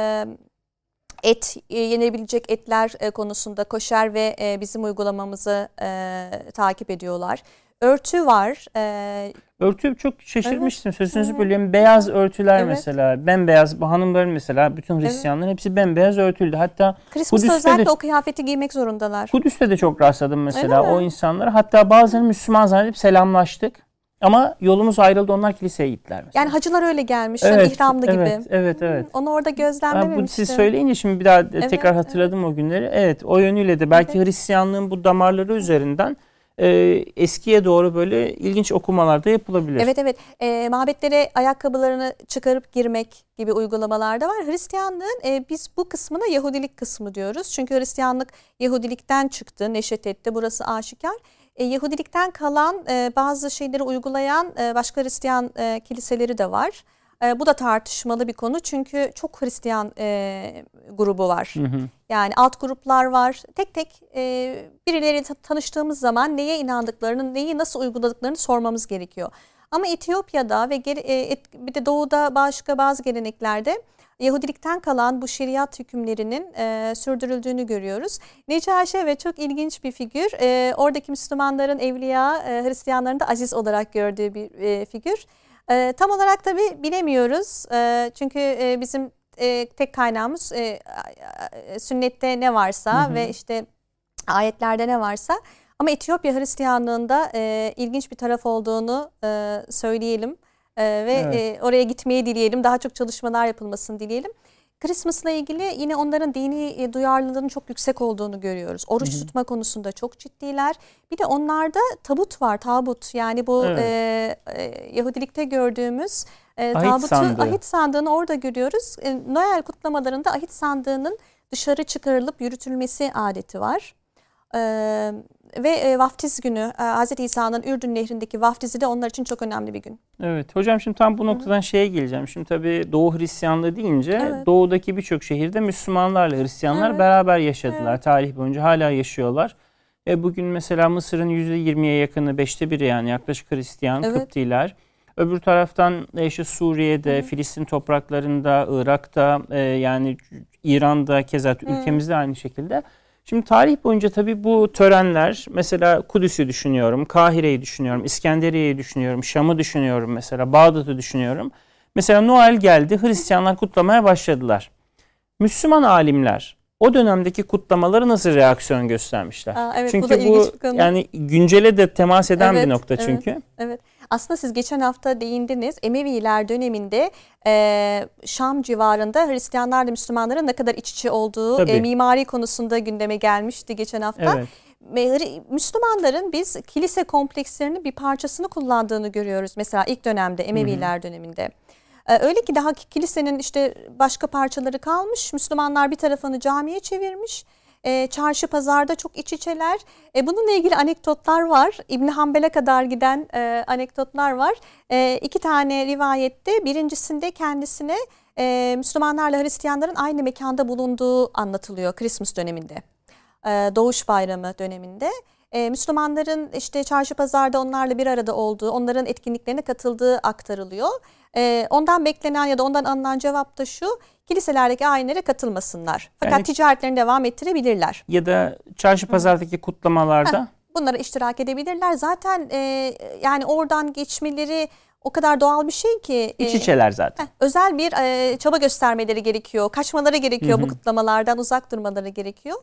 yenebilecek etler konusunda koşer ve bizim uygulamamızı takip ediyorlar. Örtü var. Örtü çok şaşırmıştım. Sözünüzü bölüyorum. Beyaz örtüler mesela. Bembeyaz. Bu hanımların mesela bütün Hristiyanların hepsi bembeyaz örtülü. Hatta Christmas'ta özellikle o kıyafeti giymek zorundalar. Kudüs'te de çok rastladım mesela o insanlara. Hatta bazıları Müslüman zannedip selamlaştık. Ama yolumuz ayrıldı. Onlar kiliseye gittiler mesela. Yani hacılar öyle gelmiş. Evet, ihramlı gibi. Evet. Onu orada gözlemlememiştim. Siz söyleyince şimdi bir daha tekrar hatırladım o günleri. Evet, o yönüyle de belki Hristiyanlığın bu damarları üzerinden eskiye doğru böyle ilginç okumalar da yapılabilir. Evet. Mabetlere ayakkabılarını çıkarıp girmek gibi uygulamalar da var. Hristiyanlığın biz bu kısmına Yahudilik kısmı diyoruz. Çünkü Hristiyanlık Yahudilikten çıktı, neşet etti. Burası aşikar. Yahudilikten kalan bazı şeyleri uygulayan başka Hristiyan kiliseleri de var. Bu da tartışmalı bir konu çünkü çok Hristiyan grubu var. Yani alt gruplar var. Tek tek birileriyle tanıştığımız zaman neye inandıklarını, neyi nasıl uyguladıklarını sormamız gerekiyor. Ama Etiyopya'da ve bir de doğuda başka bazı geleneklerde Yahudilikten kalan bu şeriat hükümlerinin sürdürüldüğünü görüyoruz. Necaşi ve çok ilginç bir figür. Oradaki Müslümanların evliya, Hristiyanların da aziz olarak gördüğü bir figür. Tam olarak tabii bilemiyoruz. Çünkü bizim tek kaynağımız sünnette ne varsa ve işte ayetlerde ne varsa. Ama Etiyopya Hristiyanlığında ilginç bir taraf olduğunu söyleyelim. Ve oraya gitmeyi dileyelim. Daha çok çalışmalar yapılmasını dileyelim. Christmas'la ilgili yine onların dini duyarlılığının çok yüksek olduğunu görüyoruz. Oruç tutma konusunda çok ciddiler. Bir de onlarda tabut var, tabut. Yani bu Yahudilikte gördüğümüz ahit sandığını orada görüyoruz. Noel kutlamalarında ahit sandığının dışarı çıkarılıp yürütülmesi adeti var. Ve vaftiz günü, Hz. İsa'nın Ürdün Nehri'ndeki vaftizi de onlar için çok önemli bir gün. Evet hocam, şimdi tam bu noktadan şeye geleceğim. Şimdi tabii Doğu Hristiyanlığı deyince doğudaki birçok şehirde Müslümanlarla Hristiyanlar beraber yaşadılar. Tarih boyunca hala yaşıyorlar. Bugün mesela Mısır'ın %20'ye yakını, 1/5 yani yaklaşık Hristiyan, Kıptiler. Öbür taraftan işte Suriye'de, Filistin topraklarında, Irak'ta, yani İran'da, keza ülkemizde aynı şekilde. Şimdi tarih boyunca tabii bu törenler, mesela Kudüs'ü düşünüyorum, Kahire'yi düşünüyorum, İskenderiye'yi düşünüyorum, Şam'ı düşünüyorum mesela, Bağdat'ı düşünüyorum. Mesela Noel geldi, Hristiyanlar kutlamaya başladılar. Müslüman alimler o dönemdeki kutlamaları nasıl reaksiyon göstermişler? Çünkü bu yani güncele de temas eden bir nokta çünkü. Evet. Aslında siz geçen hafta değindiniz. Emeviler döneminde Şam civarında Hristiyanlarla Müslümanların ne kadar iç içe olduğu mimari konusunda gündeme gelmişti geçen hafta. Müslümanların biz kilise komplekslerinin bir parçasını kullandığını görüyoruz. Mesela ilk dönemde, Emeviler döneminde. Öyle ki daha kilisenin işte başka parçaları kalmış. Müslümanlar bir tarafını camiye çevirmiş. Çarşı pazarda çok iç içeler. Bununla ilgili anekdotlar var. İbn-i Hanbel'e kadar giden anekdotlar var. 2 tane rivayette, birincisinde kendisine Müslümanlarla Hristiyanların aynı mekanda bulunduğu anlatılıyor Christmas döneminde. Doğuş Bayramı döneminde. Müslümanların işte çarşı pazarda onlarla bir arada olduğu, onların etkinliklerine katıldığı aktarılıyor. Ondan beklenen ya da ondan alınan cevap da şu: kiliselerdeki ayinlere katılmasınlar. Fakat yani, ticaretlerini devam ettirebilirler. Ya da çarşı pazardaki kutlamalarda. Bunlara iştirak edebilirler. Zaten yani oradan geçmeleri o kadar doğal bir şey ki. İç içeler zaten. Özel bir çaba göstermeleri gerekiyor. Kaçmaları gerekiyor bu kutlamalardan, uzak durmaları gerekiyor.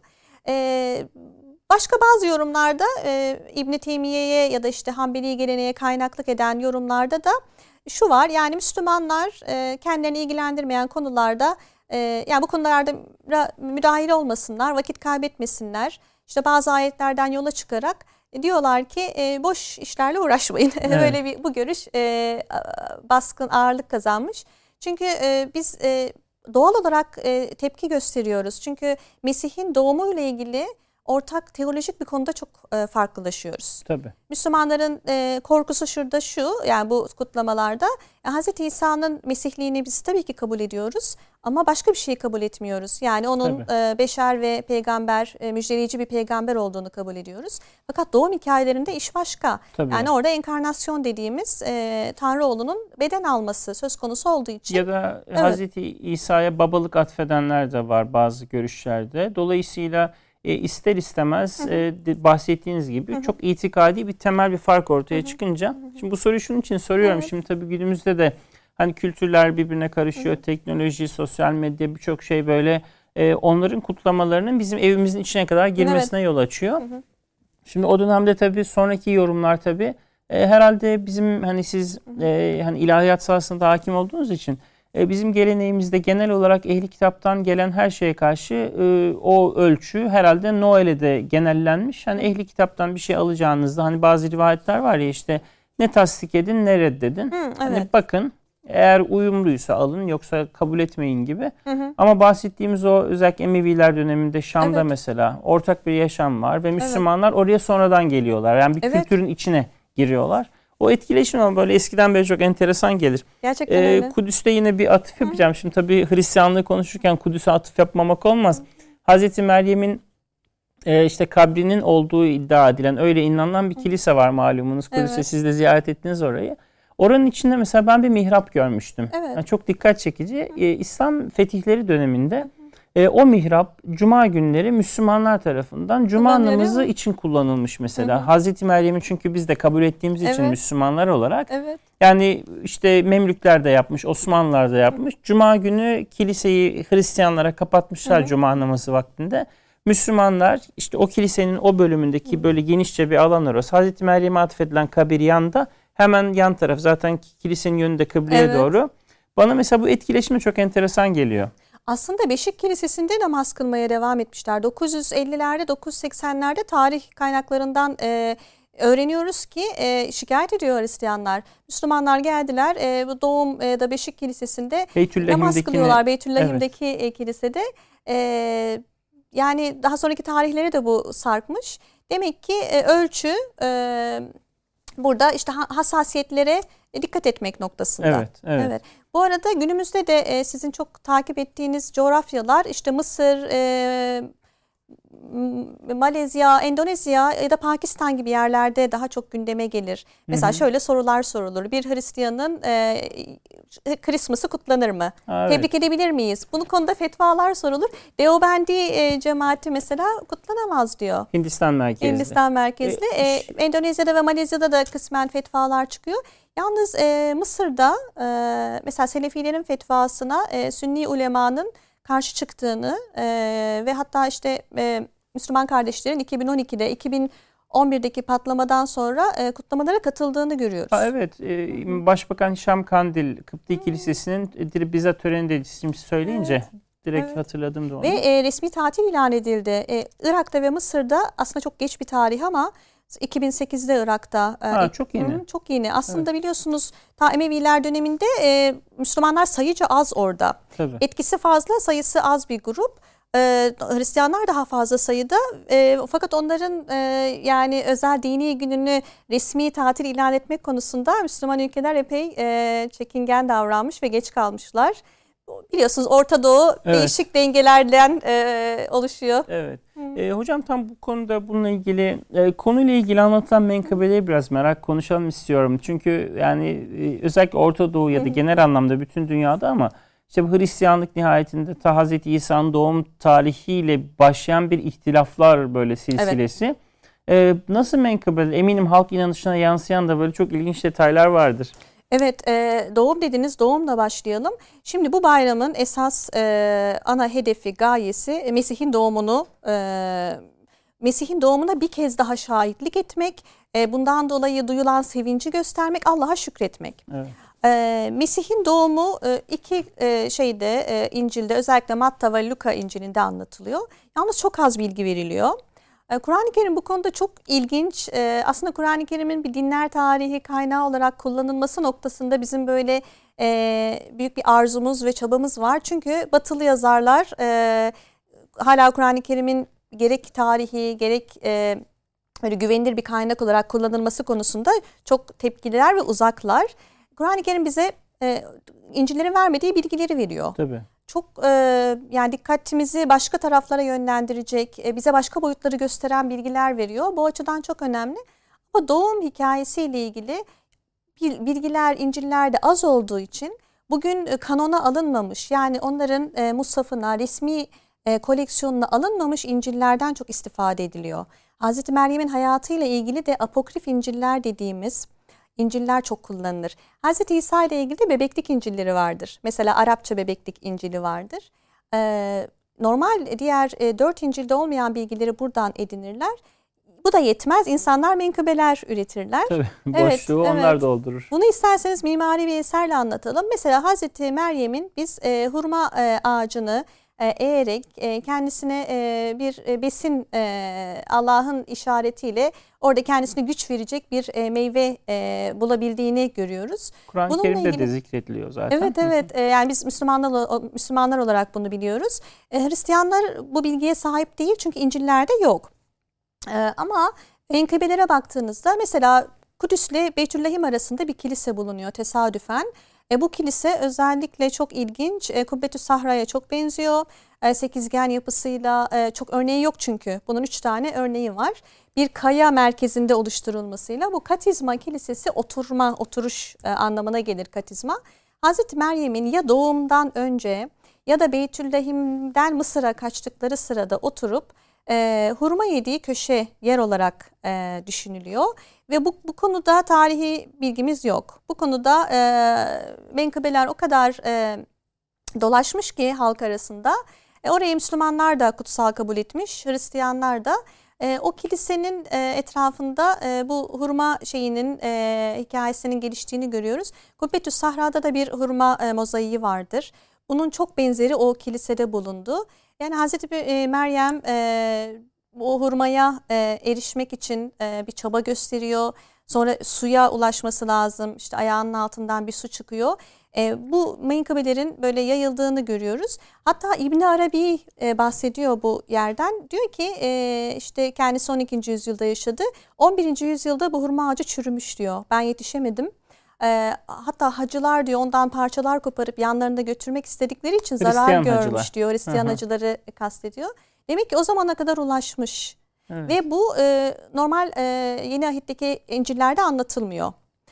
Başka bazı yorumlarda İbn-i Teymiye'ye ya da işte Hanbeli geleneğe kaynaklık eden yorumlarda da şu var: yani Müslümanlar kendilerini ilgilendirmeyen konularda, yani bu konularda müdahil olmasınlar, vakit kaybetmesinler. İşte bazı ayetlerden yola çıkarak diyorlar ki boş işlerle uğraşmayın. Böyle bu görüş baskın ağırlık kazanmış. Çünkü biz doğal olarak tepki gösteriyoruz. Çünkü Mesih'in doğumuyla ilgili ortak teolojik bir konuda çok farklılaşıyoruz. Tabii. Müslümanların korkusu şurada şu, yani bu kutlamalarda Hz. İsa'nın Mesihliğini biz tabii ki kabul ediyoruz. Ama başka bir şeyi kabul etmiyoruz. Yani onun beşer ve peygamber, müjdeleyici bir peygamber olduğunu kabul ediyoruz. Fakat doğum hikayelerinde iş başka. Tabii. Yani orada enkarnasyon dediğimiz Tanrıoğlu'nun beden alması söz konusu olduğu için. Ya da Hazreti İsa'ya babalık atfedenler de var bazı görüşlerde. Dolayısıyla ister istemez bahsettiğiniz gibi çok itikadi bir temel bir fark ortaya çıkınca. Şimdi bu soruyu şunun için soruyorum. Şimdi tabii günümüzde de hani kültürler birbirine karışıyor. Teknoloji, sosyal medya, birçok şey böyle onların kutlamalarının bizim evimizin içine kadar girmesine yol açıyor. Şimdi o dönemde tabii sonraki yorumlar tabii herhalde bizim hani siz hani ilahiyat sahasında hakim olduğunuz için bizim geleneğimizde genel olarak ehli kitaptan gelen her şeye karşı o ölçü herhalde Noel'e de genellenmiş. Hani ehli kitaptan bir şey alacağınızda hani bazı rivayetler var ya işte ne tasdik edin ne reddedin. Hani bakın eğer uyumluysa alın yoksa kabul etmeyin gibi. Ama bahsettiğimiz o özellikle Emeviler döneminde Şam'da mesela ortak bir yaşam var ve Müslümanlar oraya sonradan geliyorlar. Yani bir kültürün içine giriyorlar. O etkileşim ama böyle eskiden beri çok enteresan gelir. Gerçekten öyle. Kudüs'te yine bir atıf yapacağım. Şimdi tabii Hristiyanlığı konuşurken Kudüs'e atıf yapmamak olmaz. Hazreti Meryem'in işte kabrinin olduğu iddia edilen, öyle inanılan bir kilise var malumunuz. Kudüs'te siz de ziyaret ettiniz orayı. Oranın içinde mesela ben bir mihrap görmüştüm. Yani çok dikkat çekici. İslam fetihleri döneminde o mihrap Cuma günleri Müslümanlar tarafından Cuma namazı için kullanılmış mesela. Hazreti Meryem'in çünkü biz de kabul ettiğimiz için Müslümanlar olarak. Yani işte Memlükler de yapmış, Osmanlılar da yapmış. Cuma günü kiliseyi Hristiyanlara kapatmışlar Cuma namazı vaktinde. Müslümanlar işte o kilisenin o bölümündeki böyle genişçe bir alan orası. Hazreti Meryem'e atfedilen kabir yanda, hemen yan taraf zaten kilisenin yönünde kıbleye doğru. Bana mesela bu etkileşme çok enteresan geliyor. Aslında Beşik Kilisesi'nde namaz kılmaya devam etmişler. 950'lerde, 980'lerde tarih kaynaklarından öğreniyoruz ki şikayet ediyor Hristiyanlar. Müslümanlar geldiler bu doğumda Beşik Kilisesi'nde namaz kılıyorlar. Beytüllahim'deki kilisede. Yani daha sonraki tarihleri de bu sarkmış. Demek ki ölçü burada işte hassasiyetlere dikkat etmek noktasında. Evet. Bu arada günümüzde de sizin çok takip ettiğiniz coğrafyalar işte Mısır, Malezya, Endonezya ya da Pakistan gibi yerlerde daha çok gündeme gelir. Mesela şöyle sorular sorulur. Bir Hristiyanın Christmas'ı kutlanır mı? Tebrik edebilir miyiz? Bu konuda fetvalar sorulur. Deobendi cemaati mesela kutlanamaz diyor. Hindistan merkezli. Endonezya'da ve Malezya'da da kısmen fetvalar çıkıyor. Yalnız Mısır'da mesela Selefilerin fetvasına Sünni ulemanın karşı çıktığını ve hatta işte Müslüman kardeşlerin 2012'de 2011'deki patlamadan sonra kutlamalara katıldığını görüyoruz. Başbakan Hişam Kandil Kıpti Kilisesi'nin bizzat töreninde ismini söyleyince direkt hatırladım da onu. Ve resmi tatil ilan edildi. Irak'ta ve Mısır'da aslında çok geç bir tarih ama 2008'de Irak'ta. Çok yeni. Çok yeni. Aslında biliyorsunuz ta Emeviler döneminde Müslümanlar sayıca az orada. Etkisi fazla, sayısı az bir grup. Hristiyanlar daha fazla sayıda. Fakat onların yani özel dini gününü resmi tatil ilan etmek konusunda Müslüman ülkeler epey çekingen davranmış ve geç kalmışlar. Biliyorsunuz Orta Doğu değişik dengelerden oluşuyor. Hocam tam bu konuda bununla ilgili konuyla ilgili anlatılan menkıbeleri biraz konuşalım istiyorum. Çünkü yani özellikle Orta Doğu ya da genel anlamda bütün dünyada ama işte bu Hristiyanlık nihayetinde ta Hazreti İsa'nın doğum tarihiyle başlayan bir ihtilaflar böyle silsilesi. Nasıl menkıbeler? Eminim halk inanışına yansıyan da böyle çok ilginç detaylar vardır. Evet, doğum dediniz, doğumla başlayalım. Şimdi bu bayramın esas ana hedefi, gayesi Mesih'in doğumuna bir kez daha şahitlik etmek, bundan dolayı duyulan sevinci göstermek, Allah'a şükretmek. Mesih'in doğumu iki İncil'de, özellikle Matta ve Luka İncil'inde anlatılıyor. Yalnız çok az bilgi veriliyor. Kur'an-ı Kerim bu konuda çok ilginç. Aslında Kur'an-ı Kerim'in bir dinler tarihi kaynağı olarak kullanılması noktasında bizim böyle büyük bir arzumuz ve çabamız var. Çünkü batılı yazarlar hala Kur'an-ı Kerim'in gerek tarihi gerek böyle güvenilir bir kaynak olarak kullanılması konusunda çok tepkililer ve uzaklar. Kur'an-ı Kerim bize İncil'lerin vermediği bilgileri veriyor. çok yani dikkatimizi başka taraflara yönlendirecek, bize başka boyutları gösteren bilgiler veriyor. Bu açıdan çok önemli. Ama doğum hikayesiyle ilgili bilgiler İncil'lerde az olduğu için bugün kanona alınmamış, yani onların mushafına, resmi koleksiyonuna alınmamış İncil'lerden çok istifade ediliyor. Hazreti Meryem'in hayatıyla ilgili de apokrif İncil'ler dediğimiz İncil'ler çok kullanılır. Hazreti İsa ile ilgili de bebeklik İncil'leri vardır. Mesela Arapça bebeklik İncil'i vardır. Normal diğer 4 İncil'de olmayan bilgileri buradan edinirler. Bu da yetmez. İnsanlar menkıbeler üretirler. Tabii, boşluğu onlar doldurur. Bunu isterseniz mimari bir eserle anlatalım. Mesela Hazreti Meryem'in biz hurma ağacını eğerek kendisine bir besin, Allah'ın işaretiyle orada kendisine güç verecek bir meyve bulabildiğini görüyoruz. Kur'an-ı Kerim'de de zikrediliyor zaten. Evet. Yani biz Müslümanlar olarak bunu biliyoruz. Hristiyanlar bu bilgiye sahip değil çünkü İncil'lerde yok. Ama menkıbelere baktığınızda mesela Kudüs ile Beytüllahim arasında bir kilise bulunuyor tesadüfen. Bu kilise özellikle çok ilginç. Kubbetü Sahra'ya çok benziyor. Sekizgen yapısıyla çok örneği yok çünkü. Bunun 3 tane örneği var. Bir kaya merkezinde oluşturulmasıyla bu Katizma Kilisesi oturuş anlamına gelir katizma. Hazreti Meryem'in ya doğumdan önce ya da Beytüllahim'den Mısır'a kaçtıkları sırada oturup hurma yediği köşe yer olarak düşünülüyor. Ve bu konuda tarihi bilgimiz yok. Bu konuda menkıbeler o kadar dolaşmış ki halk arasında. Orayı Müslümanlar da kutsal kabul etmiş, Hristiyanlar da. O kilisenin etrafında bu hurma hikayesinin geliştiğini görüyoruz. Kubbetü Sahra'da da bir hurma mozaiği vardır. Bunun çok benzeri o kilisede bulundu. Yani Hazreti Meryem o hurmaya erişmek için bir çaba gösteriyor. Sonra suya ulaşması lazım. İşte ayağının altından bir su çıkıyor. Bu menkıbelerin böyle yayıldığını görüyoruz. Hatta İbn Arabi bahsediyor bu yerden. Diyor ki işte kendisi 12. yüzyılda yaşadı. 11. yüzyılda bu hurma ağacı çürümüş diyor. Ben yetişemedim. Hatta hacılar diyor ondan parçalar koparıp yanlarında götürmek istedikleri için zarar görmüş diyor. Hristiyan hacıları kastediyor. Demek ki o zamana kadar ulaşmış. Evet. Ve bu normal Yeni Ahit'teki İncil'lerde anlatılmıyor.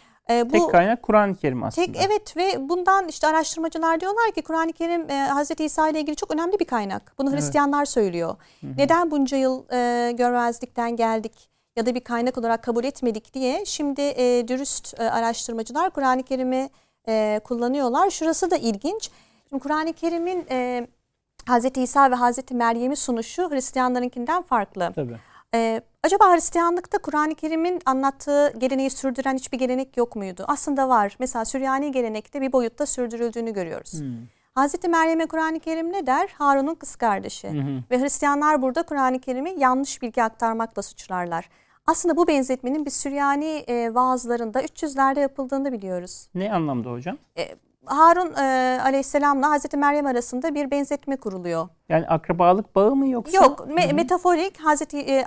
Tek kaynak Kur'an-ı Kerim aslında. Evet ve bundan işte araştırmacılar diyorlar ki Kur'an-ı Kerim Hazreti İsa ile ilgili çok önemli bir kaynak. Bunu Hristiyanlar söylüyor. Neden bunca yıl görmezlikten geldik ya da bir kaynak olarak kabul etmedik diye şimdi dürüst araştırmacılar Kur'an-ı Kerim'i kullanıyorlar. Şurası da ilginç. Şimdi Kur'an-ı Kerim'in Hazreti İsa ve Hazreti Meryem'i sunuşu Hristiyanlarınkinden farklı. Tabii. Acaba Hristiyanlıkta Kur'an-ı Kerim'in anlattığı geleneği sürdüren hiçbir gelenek yok muydu? Aslında var. Mesela Süryani gelenekte bir boyutta sürdürüldüğünü görüyoruz. Hazreti Meryem'e Kur'an-ı Kerim ne der? Harun'un kız kardeşi. Ve Hristiyanlar burada Kur'an-ı Kerim'i yanlış bilgi aktarmakla suçlarlar. Aslında bu benzetmenin bir Süryani vaazlarında 300'lerde yapıldığını biliyoruz. Ne anlamda hocam? Harun aleyhisselamla Hazreti Meryem arasında bir benzetme kuruluyor. Yani akrabalık bağı mı yoksa? Yok, metaforik Hazreti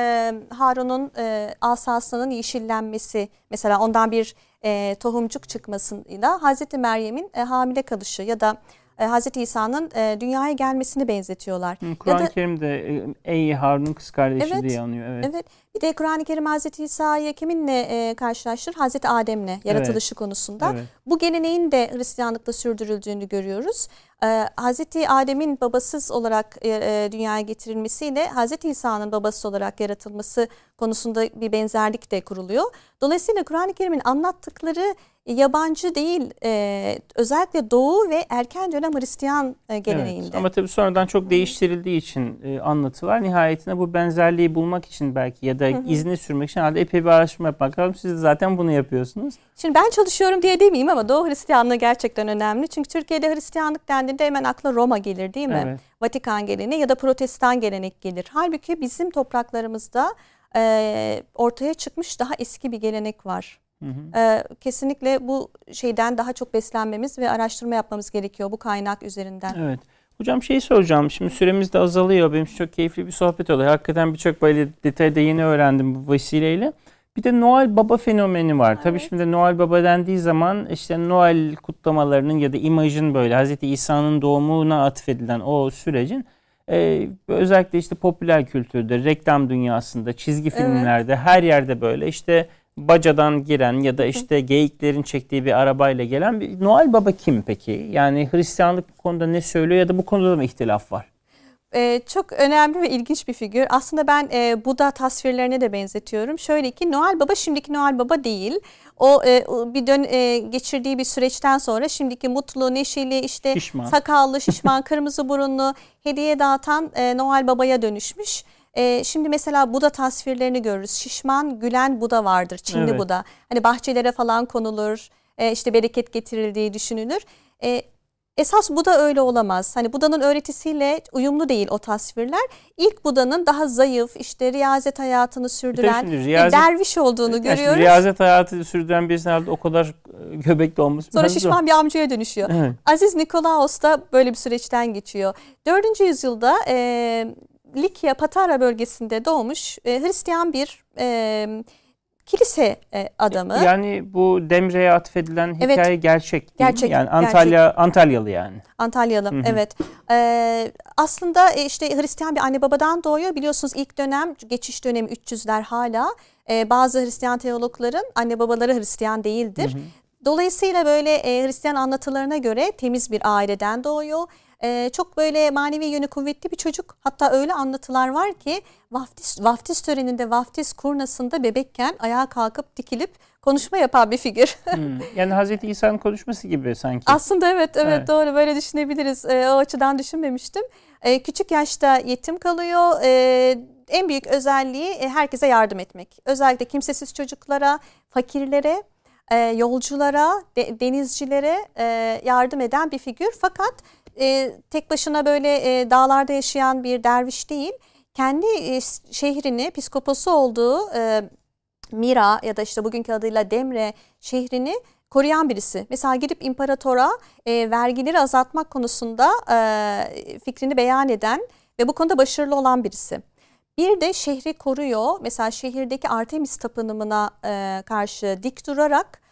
Harun'un asasının yeşillenmesi, mesela ondan bir tohumcuk çıkmasıyla Hazreti Meryem'in hamile kalışı ya da Hazreti İsa'nın dünyaya gelmesini benzetiyorlar. Kur'an-ı Kerim'de ey Harun'un kız kardeşi diye anıyor. Evet. Bir de Kur'an-ı Kerim Hazreti İsa'yı kiminle karşılaştırır? Hazreti Adem'le yaratılışı konusunda. Evet. Bu geleneğin de Hristiyanlıkta sürdürüldüğünü görüyoruz. Hazreti Adem'in babasız olarak dünyaya getirilmesiyle Hazreti İsa'nın babası olarak yaratılması konusunda bir benzerlik de kuruluyor. Dolayısıyla Kur'an-ı Kerim'in anlattıkları yabancı değil, özellikle Doğu ve erken dönem Hristiyan geleneğinde. Evet, ama tabii sonradan çok değiştirildiği için anlatılar. Nihayetinde bu benzerliği bulmak için belki ya da izini sürmek için herhalde epey bir araştırma yapmak lazım. Siz de zaten bunu yapıyorsunuz. Şimdi ben çalışıyorum diye demeyeyim ama Doğu Hristiyanlığı gerçekten önemli. Çünkü Türkiye'de Hristiyanlık dendiğinde hemen akla Roma gelir değil mi? Evet. Vatikan geleneği ya da Protestan gelenek gelir. Halbuki bizim topraklarımızda ortaya çıkmış daha eski bir gelenek var. Kesinlikle bu şeyden daha çok beslenmemiz ve araştırma yapmamız gerekiyor bu kaynak üzerinden. Evet. Hocam soracağım. Şimdi süremiz de azalıyor. Benim için çok keyifli bir sohbet oluyor. Hakikaten birçok böyle detayda yeni öğrendim bu vesileyle. Bir de Noel Baba fenomeni var. Evet. Tabii şimdi Noel Baba dendiği zaman işte Noel kutlamalarının ya da imajın böyle Hz. İsa'nın doğumuna atfedilen o sürecin özellikle işte popüler kültürde, reklam dünyasında, çizgi filmlerde, her yerde böyle işte bacadan giren ya da işte geyiklerin çektiği bir arabayla gelen bir Noel Baba kim peki? Yani Hristiyanlık bu konuda ne söylüyor ya da bu konuda da mı ihtilaf var? Çok önemli ve ilginç bir figür. Aslında ben Buda tasvirlerine de benzetiyorum. Şöyle ki Noel Baba şimdiki Noel Baba değil. O geçirdiği bir süreçten sonra şimdiki mutlu, neşeli, işte Şişman. sakallı, şişman, kırmızı burunlu, hediye dağıtan Noel Baba'ya dönüşmüş. Şimdi mesela Buda tasvirlerini görürüz. Şişman, gülen Buda vardır. Çinli Evet. Buda. Hani bahçelere falan konulur. İşte bereket getirildiği düşünülür. Esas Buda öyle olamaz. Hani Buda'nın öğretisiyle uyumlu değil o tasvirler. İlk Buda'nın daha zayıf, işte riyazet hayatını sürdüren bir derviş olduğunu görüyoruz. Riyazet hayatı sürdüren birisinin herhalde o kadar göbekli olması. Sonra şişman bir amcaya dönüşüyor. Evet. Aziz Nikolaos da böyle bir süreçten geçiyor. 4. yüzyılda Likya, Patara bölgesinde doğmuş Hristiyan bir kilise adamı. Yani bu Demre'ye atfedilen hikaye gerçek değil mi? Yani Antalyalı yani. Antalyalı, evet. Aslında işte Hristiyan bir anne babadan doğuyor. Biliyorsunuz ilk dönem, geçiş dönemi 300'ler hala. Bazı Hristiyan teologların anne babaları Hristiyan değildir. Dolayısıyla böyle Hristiyan anlatılarına göre temiz bir aileden doğuyor. Çok böyle manevi yönü kuvvetli bir çocuk. Hatta öyle anlatılar var ki vaftiz töreninde, vaftiz kurnasında bebekken ayağa kalkıp dikilip konuşma yapan bir figür. Yani Hazreti İsa'nın konuşması gibi sanki. Aslında evet doğru, böyle düşünebiliriz. O açıdan düşünmemiştim. Küçük yaşta yetim kalıyor. En büyük özelliği herkese yardım etmek. Özellikle kimsesiz çocuklara, fakirlere, yolculara, denizcilere yardım eden bir figür. Fakat tek başına böyle dağlarda yaşayan bir derviş değil. Kendi şehrini, piskoposu olduğu Mira ya da işte bugünkü adıyla Demre şehrini koruyan birisi. Mesela gidip imparatora vergileri azaltmak konusunda fikrini beyan eden ve bu konuda başarılı olan birisi. Bir de şehri koruyor. Mesela şehirdeki Artemis tapınımına karşı dik durarak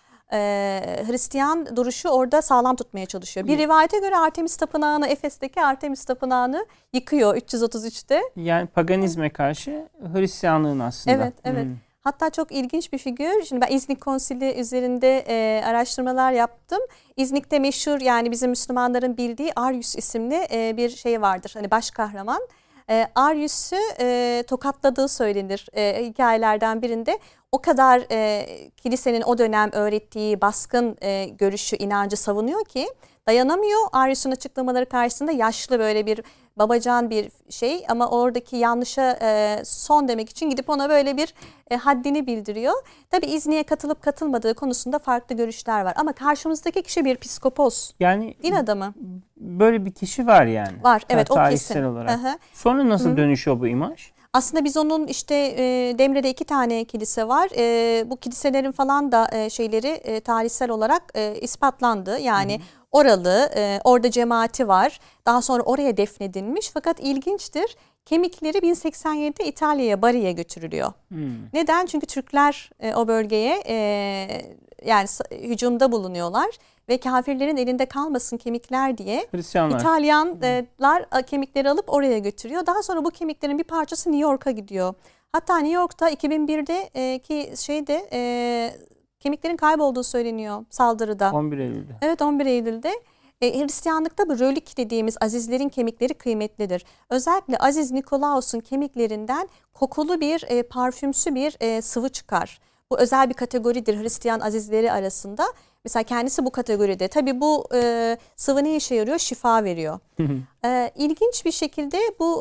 Hristiyan duruşu orada sağlam tutmaya çalışıyor. Bir rivayete göre Artemis Tapınağı'nı, Efes'teki Artemis Tapınağı'nı yıkıyor 333'te. Yani paganizme karşı Hristiyanlığın aslında. Evet. Hatta çok ilginç bir figür. Şimdi ben İznik Konsili üzerinde araştırmalar yaptım. İznik'te meşhur, yani bizim Müslümanların bildiği Arius isimli bir şey vardır. Hani baş kahraman. Arius'u tokatladığı söylenir hikayelerden birinde. O kadar kilisenin o dönem öğrettiği baskın görüşü, inancı savunuyor ki dayanamıyor. Arius'un açıklamaları karşısında yaşlı böyle bir babacan bir şey, ama oradaki yanlışa son demek için gidip ona böyle bir haddini bildiriyor. Tabii İznik'e katılıp katılmadığı konusunda farklı görüşler var. Ama karşımızdaki kişi bir piskopos. Yani din adamı. Böyle bir kişi var yani. Var, evet, o tarihsel kesin. olarak. Sonra nasıl dönüşüyor bu imaj? Aslında biz onun işte Demre'de 2 tane kilise var. Bu kiliselerin falan da şeyleri tarihsel olarak ispatlandı. Yani oralı, orada cemaati var. Daha sonra oraya defnedilmiş. Fakat ilginçtir, kemikleri 1087'de İtalya'ya, Bari'ye götürülüyor. Neden? Çünkü Türkler o bölgeye yani hücumda bulunuyorlar. Ve kafirlerin elinde kalmasın kemikler diye İtalyanlar kemikleri alıp oraya götürüyor. Daha sonra bu kemiklerin bir parçası New York'a gidiyor. Hatta New York'ta 2001'deki kemiklerin kaybolduğu söyleniyor saldırıda. 11 Eylül'de. Evet, 11 Eylül'de. Hristiyanlıkta bu rölik dediğimiz azizlerin kemikleri kıymetlidir. Özellikle Aziz Nikolaos'un kemiklerinden kokulu bir parfümsü bir sıvı çıkar. Bu özel bir kategoridir Hristiyan azizleri arasında. Mesela kendisi bu kategoride. Tabii bu sıvı ne işe yarıyor? Şifa veriyor. İlginç bir şekilde bu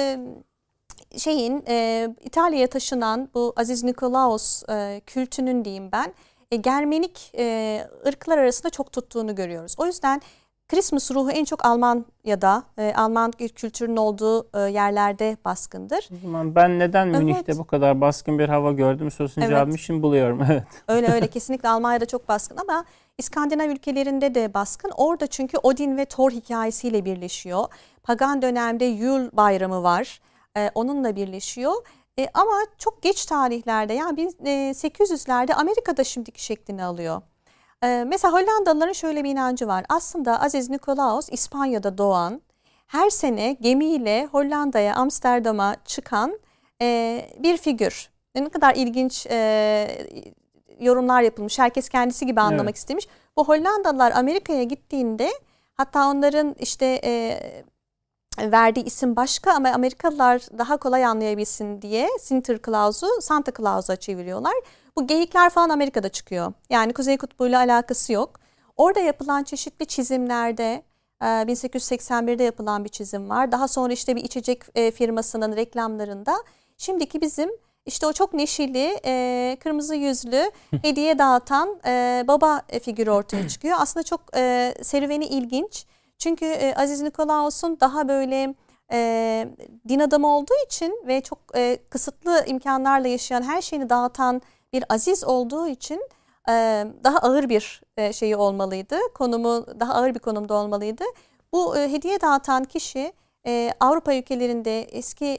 İtalya'ya taşınan bu Aziz Nikolaos kültünün diyeyim ben, Germenik ırklar arasında çok tuttuğunu görüyoruz. O yüzden Christmas ruhu en çok Almanya'da, Alman kültürünün olduğu yerlerde baskındır. O zaman ben neden Münih'te bu kadar baskın bir hava gördüm sorusunun cevabını şimdi buluyorum. Evet. Öyle kesinlikle Almanya'da çok baskın, ama İskandinav ülkelerinde de baskın. Orada çünkü Odin ve Thor hikayesiyle birleşiyor. Pagan dönemde Yule bayramı var. Onunla birleşiyor. Ama çok geç tarihlerde, yani 1800'lerde Amerika'da şimdiki şeklini alıyor. Mesela Hollandalıların şöyle bir inancı var. Aslında Aziz Nikolaos İspanya'da doğan, her sene gemiyle Hollanda'ya, Amsterdam'a çıkan bir figür. Ne kadar ilginç yorumlar yapılmış. Herkes kendisi gibi anlamak istemiş. Bu Hollandalılar Amerika'ya gittiğinde, hatta onların işte verdiği isim başka ama Amerikalılar daha kolay anlayabilsin diye Sinterklaas'u Santa Claus'a çeviriyorlar. Bu geyikler falan Amerika'da çıkıyor. Yani Kuzey Kutbu'yla alakası yok. Orada yapılan çeşitli çizimlerde 1881'de yapılan bir çizim var. Daha sonra işte bir içecek firmasının reklamlarında şimdiki bizim işte o çok neşeli, kırmızı yüzlü, hediye dağıtan baba figürü ortaya çıkıyor. Aslında çok serüveni ilginç. Çünkü Aziz Nikolaos'un daha böyle din adamı olduğu için ve çok kısıtlı imkanlarla yaşayan, her şeyini dağıtan bir aziz olduğu için daha ağır bir şeyi olmalıydı. Konumu daha ağır bir konumda olmalıydı. Bu hediye dağıtan kişi Avrupa ülkelerinde eski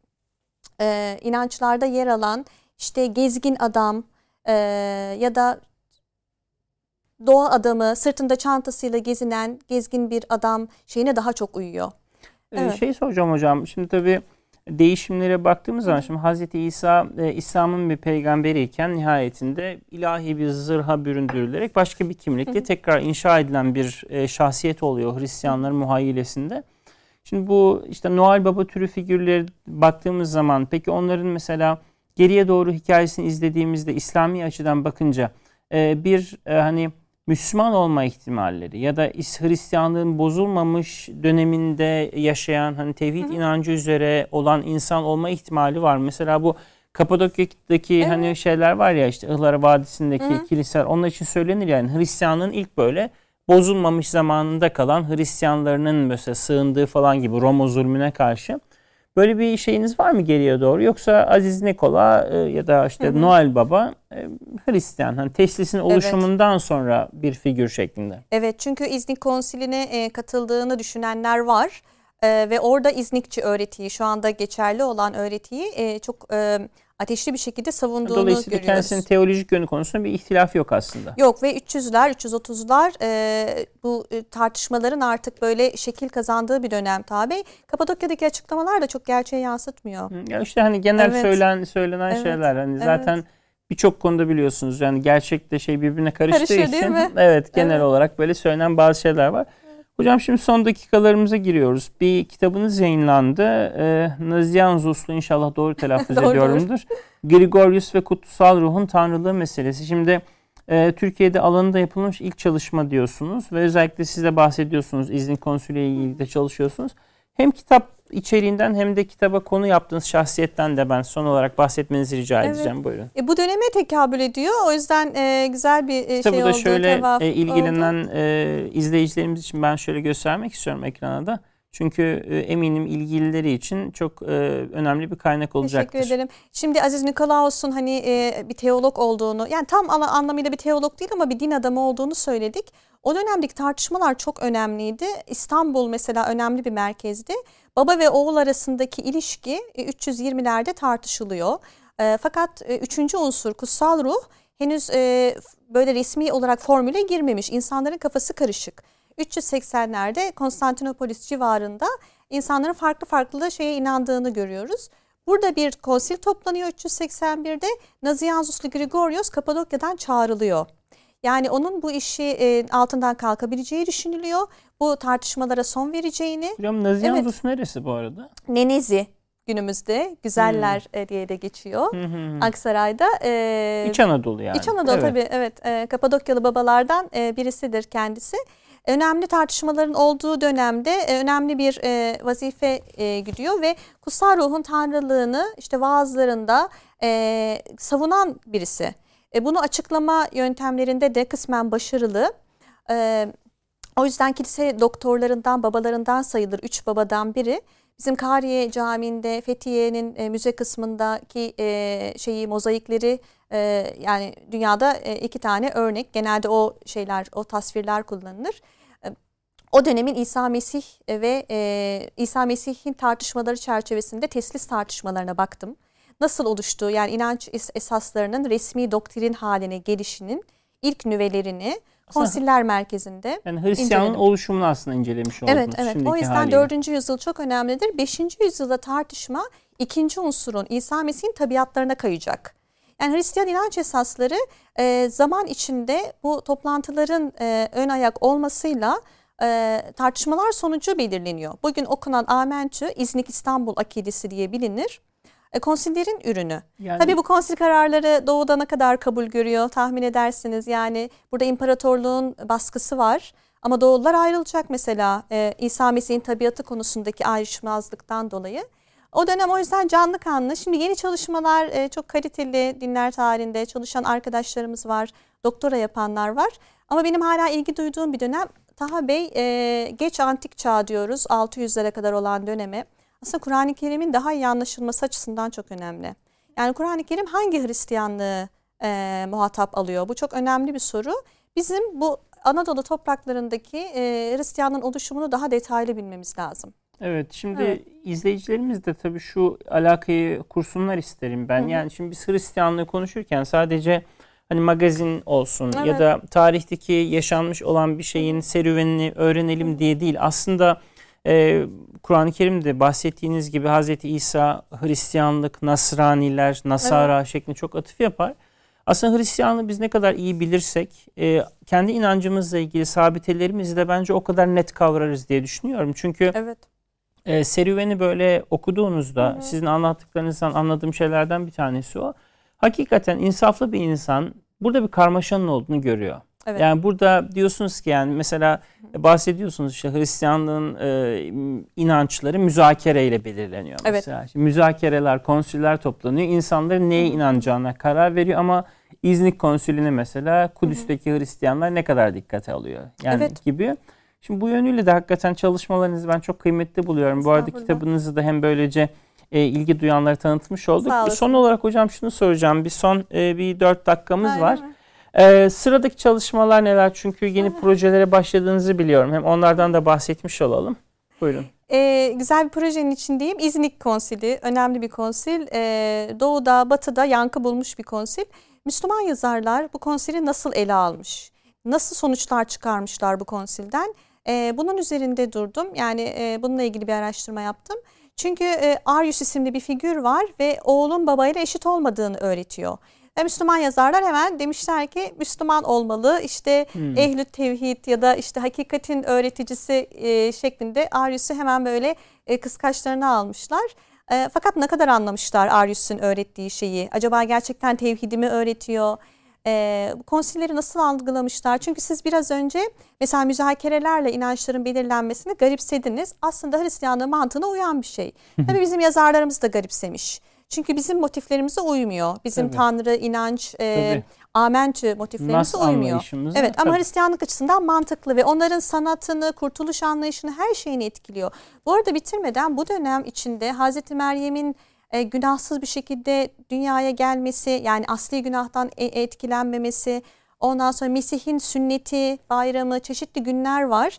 inançlarda yer alan işte gezgin adam ya da doğa adamı, sırtında çantasıyla gezinen gezgin bir adam şeyine daha çok uyuyor. Evet. Şey soracağım hocam. Şimdi tabii değişimlere baktığımız zaman şimdi Hazreti İsa İslam'ın bir peygamberiyken nihayetinde ilahi bir zırha büründürülerek başka bir kimlikle tekrar inşa edilen bir şahsiyet oluyor Hristiyanların muhayyilesinde. Şimdi bu işte Noel Baba türü figürlere baktığımız zaman peki onların mesela geriye doğru hikayesini izlediğimizde İslami açıdan bakınca bir hani Müslüman olma ihtimalleri ya da Hristiyanlığın bozulmamış döneminde yaşayan hani tevhid inancı üzere olan insan olma ihtimali var. Mesela bu Kapadokya'daki hani şeyler var ya işte Ihlara Vadisi'ndeki kiliseler, onlar için söylenir yani Hristiyanlığın ilk böyle bozulmamış zamanında kalan Hristiyanlarının mesela sığındığı falan gibi Roma zulmüne karşı. Böyle bir şeyiniz var mı geriye doğru? Yoksa Aziz Nikola ya da işte Noel Baba Hristiyan, hani teslisin oluşumundan sonra bir figür şeklinde. Evet, çünkü İznik Konsili'ne katıldığını düşünenler var. Ve orada İznikçi öğretiyi, şu anda geçerli olan öğretiyi çok ateşli bir şekilde savunduğunu Dolayısıyla görüyoruz. kendisinin teolojik yönü konusunda bir ihtilaf yok aslında. Yok ve 300'ler, 330'lar bu tartışmaların artık böyle şekil kazandığı bir dönem tabi. Kapadokya'daki açıklamalar da çok gerçeği yansıtmıyor. Ya işte hani genel söylenen şeyler hani zaten birçok konuda biliyorsunuz yani gerçekle şey birbirine karıştığı için genel olarak böyle söylenen bazı şeyler var. Hocam şimdi son dakikalarımıza giriyoruz. Bir kitabınız yayınlandı. Nazianzus'lu, inşallah doğru telaffuz ediyorumdur. Gregorius ve Kutsal Ruhun Tanrılığı meselesi. Şimdi Türkiye'de alanında yapılmış ilk çalışma diyorsunuz ve özellikle siz de bahsediyorsunuz. İznik Konsülü ile ilgili de çalışıyorsunuz. Hem kitap içeriğinden hem de kitaba konu yaptığınız şahsiyetten de ben son olarak bahsetmenizi rica edeceğim. Buyurun. Bu döneme tekabül ediyor. O yüzden güzel bir kitabı şey oldu. Kitabı da şöyle ilgilenen izleyicilerimiz için ben şöyle göstermek istiyorum ekrana da. Çünkü eminim ilgilileri için çok önemli bir kaynak olacaktır. Teşekkür ederim. Şimdi Aziz Nikolaos'un hani bir teolog olduğunu, yani tam anlamıyla bir teolog değil ama bir din adamı olduğunu söyledik. O dönemdeki tartışmalar çok önemliydi. İstanbul mesela önemli bir merkezdi. Baba ve oğul arasındaki ilişki 320'lerde tartışılıyor. Fakat üçüncü unsur kutsal ruh henüz böyle resmi olarak formüle girmemiş. İnsanların kafası karışık. 380'lerde Konstantinopolis civarında insanların farklı farklı şeye inandığını görüyoruz. Burada bir konsil toplanıyor 381'de. Nazianzuslu Gregorios Kapadokya'dan çağrılıyor. Yani onun bu işi altından kalkabileceği düşünülüyor. Bu tartışmalara son vereceğini. Hocam Nazianzus neresi bu arada? Nenezi günümüzde. Güzeller diye de geçiyor. Aksaray'da. İç Anadolu yani. İç Anadolu tabii evet. Kapadokyalı babalardan birisidir kendisi. Önemli tartışmaların olduğu dönemde önemli bir vazife gidiyor ve kutsal ruhun tanrılığını işte vaazlarında savunan birisi. Bunu açıklama yöntemlerinde de kısmen başarılı. O yüzden kilise doktorlarından, babalarından sayılır. 3 babadan biri. Bizim Kariye Camii'nde Fethiye'nin müze kısmındaki mozaikleri yani dünyada 2 tane örnek. Genelde o o tasvirler kullanılır. O dönemin İsa Mesih ve İsa Mesih'in tartışmaları çerçevesinde teslis tartışmalarına baktım. nasıl oluştuğu, yani inanç esaslarının resmi doktrin haline gelişinin ilk nüvelerini Konsiller Merkezi'nde yani Hristiyanlığın inceledim. oluşumunu aslında incelemiş oldunuz. Evet, evet. O yüzden haliyle. 4. yüzyıl çok önemlidir. 5. yüzyılda tartışma ikinci unsurun İsa Mesih'in tabiatlarına kayacak. Yani Hristiyan inanç esasları zaman içinde bu toplantıların ön ayak olmasıyla tartışmalar sonucu belirleniyor. Bugün okunan Amentü, İznik İstanbul Akidesi diye bilinir. Konsillerin ürünü. Yani, tabii bu konsil kararları doğuda ne kadar kabul görüyor tahmin edersiniz. Yani burada imparatorluğun baskısı var. Ama Doğulular ayrılacak mesela İsa Mesih'in tabiatı konusundaki ayrışmazlıktan dolayı. O dönem o yüzden canlı kanlı. Şimdi yeni çalışmalar, çok kaliteli dinler tarihinde çalışan arkadaşlarımız var. Doktora yapanlar var. Ama benim hala ilgi duyduğum bir dönem Taha Bey, geç antik çağ diyoruz, 600'lere kadar olan döneme. Aslında Kur'an-ı Kerim'in daha iyi anlaşılması açısından çok önemli. Yani Kur'an-ı Kerim hangi Hristiyanlığı muhatap alıyor? Bu çok önemli bir soru. Bizim bu Anadolu topraklarındaki Hristiyanlığın oluşumunu daha detaylı bilmemiz lazım. Evet, şimdi izleyicilerimiz de tabii şu alakayı kursunlar isterim ben. Yani şimdi biz Hristiyanlığı konuşurken sadece hani magazin olsun ya da tarihteki yaşanmış olan bir şeyin serüvenini öğrenelim diye değil. Aslında Kur'an-ı Kerim'de bahsettiğiniz gibi Hz. İsa, Hristiyanlık, Nasraniler, Nasara şeklinde çok atıf yapar. Aslında Hristiyanlığı biz ne kadar iyi bilirsek kendi inancımızla ilgili sabitelerimizi de bence o kadar net kavrarız diye düşünüyorum. Çünkü serüveni böyle okuduğunuzda sizin anlattıklarınızdan anladığım şeylerden bir tanesi o. Hakikaten insaflı bir insan burada bir karmaşanın olduğunu görüyor. Evet. Yani burada diyorsunuz ki yani mesela bahsediyorsunuz işte Hristiyanlığın inançları müzakereyle belirleniyor mesela. Evet. Şimdi müzakereler, konsüller toplanıyor. İnsanların neye inanacağına karar veriyor ama İznik konsülüne mesela Kudüs'teki Hristiyanlar ne kadar dikkate alıyor yani gibi. Şimdi bu yönüyle de hakikaten çalışmalarınızı ben çok kıymetli buluyorum. Bu arada kitabınızı da hem böylece ilgi duyanlara tanıtmış olduk. Son olarak hocam şunu soracağım. Bir 4 dakikamız var. Sıradaki çalışmalar neler? Çünkü yeni projelere başladığınızı biliyorum. Hem onlardan da bahsetmiş olalım. Buyurun. Güzel bir projenin içindeyim. İznik Konsili, önemli bir konsil. Doğuda, Batı'da yankı bulmuş bir konsil. Müslüman yazarlar bu konsili nasıl ele almış? Nasıl sonuçlar çıkarmışlar bu konsilden? Bunun üzerinde durdum. Yani bununla ilgili bir araştırma yaptım. Çünkü Arius isimli bir figür var ve oğlun babayla eşit olmadığını öğretiyor. Ve Müslüman yazarlar hemen demişler ki Müslüman olmalı, işte ehl-i tevhid ya da işte hakikatin öğreticisi şeklinde Arius'u hemen böyle kıskaçlarına almışlar. Fakat ne kadar anlamışlar Arius'un öğrettiği şeyi? Acaba gerçekten tevhidi mi öğretiyor? Konsilleri nasıl algılamışlar? Çünkü siz biraz önce mesela müzakerelerle inançların belirlenmesini garipsediniz. Aslında Hristiyanlığın mantığına uyan bir şey. Tabii bizim yazarlarımız da garipsemiş. Çünkü bizim motiflerimize uymuyor. Bizim Tanrı, inanç, Amentü motiflerimize uymuyor. Evet, ama Hristiyanlık açısından mantıklı ve onların sanatını, kurtuluş anlayışını, her şeyini etkiliyor. Bu arada bitirmeden bu dönem içinde Hazreti Meryem'in günahsız bir şekilde dünyaya gelmesi, yani asli günahtan etkilenmemesi, ondan sonra Mesih'in sünneti, bayramı, çeşitli günler var.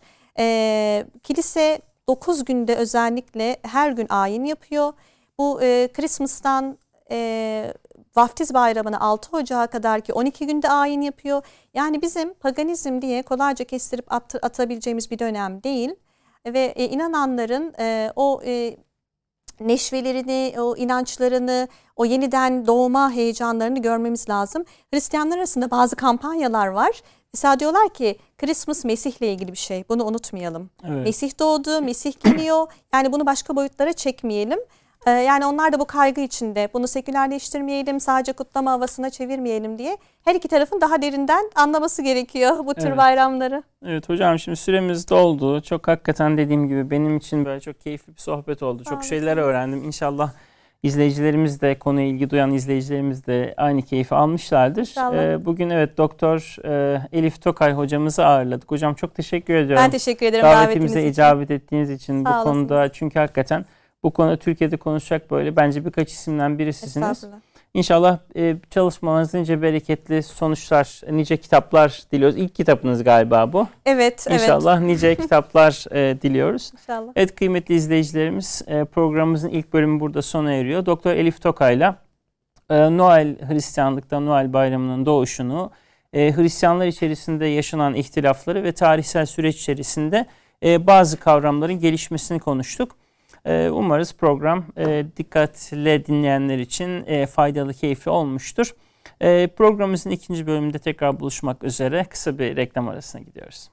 Kilise 9 günde özellikle her gün ayin yapıyor. Bu Christmas'tan Vaftiz Bayramı'na 6 Ocağı kadar ki 12 günde ayin yapıyor. Yani bizim paganizm diye kolayca kestirip atabileceğimiz bir dönem değil. Ve inananların o neşvelerini, o inançlarını, o yeniden doğma heyecanlarını görmemiz lazım. Hristiyanlar arasında bazı kampanyalar var. Mesela diyorlar ki Christmas Mesih'le ilgili bir şey. Bunu unutmayalım. Evet. Mesih doğdu, Mesih geliyor. Yani bunu başka boyutlara çekmeyelim. Yani onlar da bu kaygı içinde. Bunu sekülerleştirmeyelim, sadece kutlama havasına çevirmeyelim diye. Her iki tarafın daha derinden anlaması gerekiyor bu tür bayramları. Evet hocam, şimdi süremiz doldu. Çok hakikaten dediğim gibi benim için böyle çok keyifli bir sohbet oldu. Çok şeyler öğrendim. İnşallah izleyicilerimiz de, konuya ilgi duyan izleyicilerimiz de aynı keyfi almışlardır. Bugün Doktor Elif Tokay hocamızı ağırladık. Hocam çok teşekkür ediyorum. Ben teşekkür ederim davetimize icabet ettiğiniz için bu konuda. Çünkü hakikaten bu konuda Türkiye'de konuşacak böyle bence birkaç isimden birisisiniz. İnşallah çalışmalarınız nice bereketli sonuçlar, nice kitaplar diliyoruz. İlk kitabınız galiba bu. Evet. İnşallah nice kitaplar diliyoruz. İnşallah. Evet kıymetli izleyicilerimiz, programımızın ilk bölümü burada sona eriyor. Doktor Elif Tokay'la Noel, Hristiyanlıkta Noel bayramının doğuşunu, Hristiyanlar içerisinde yaşanan ihtilafları ve tarihsel süreç içerisinde bazı kavramların gelişmesini konuştuk. Umarız program dikkatle dinleyenler için faydalı, keyifli olmuştur. Programımızın ikinci bölümünde tekrar buluşmak üzere. Kısa bir reklam arasına gidiyoruz.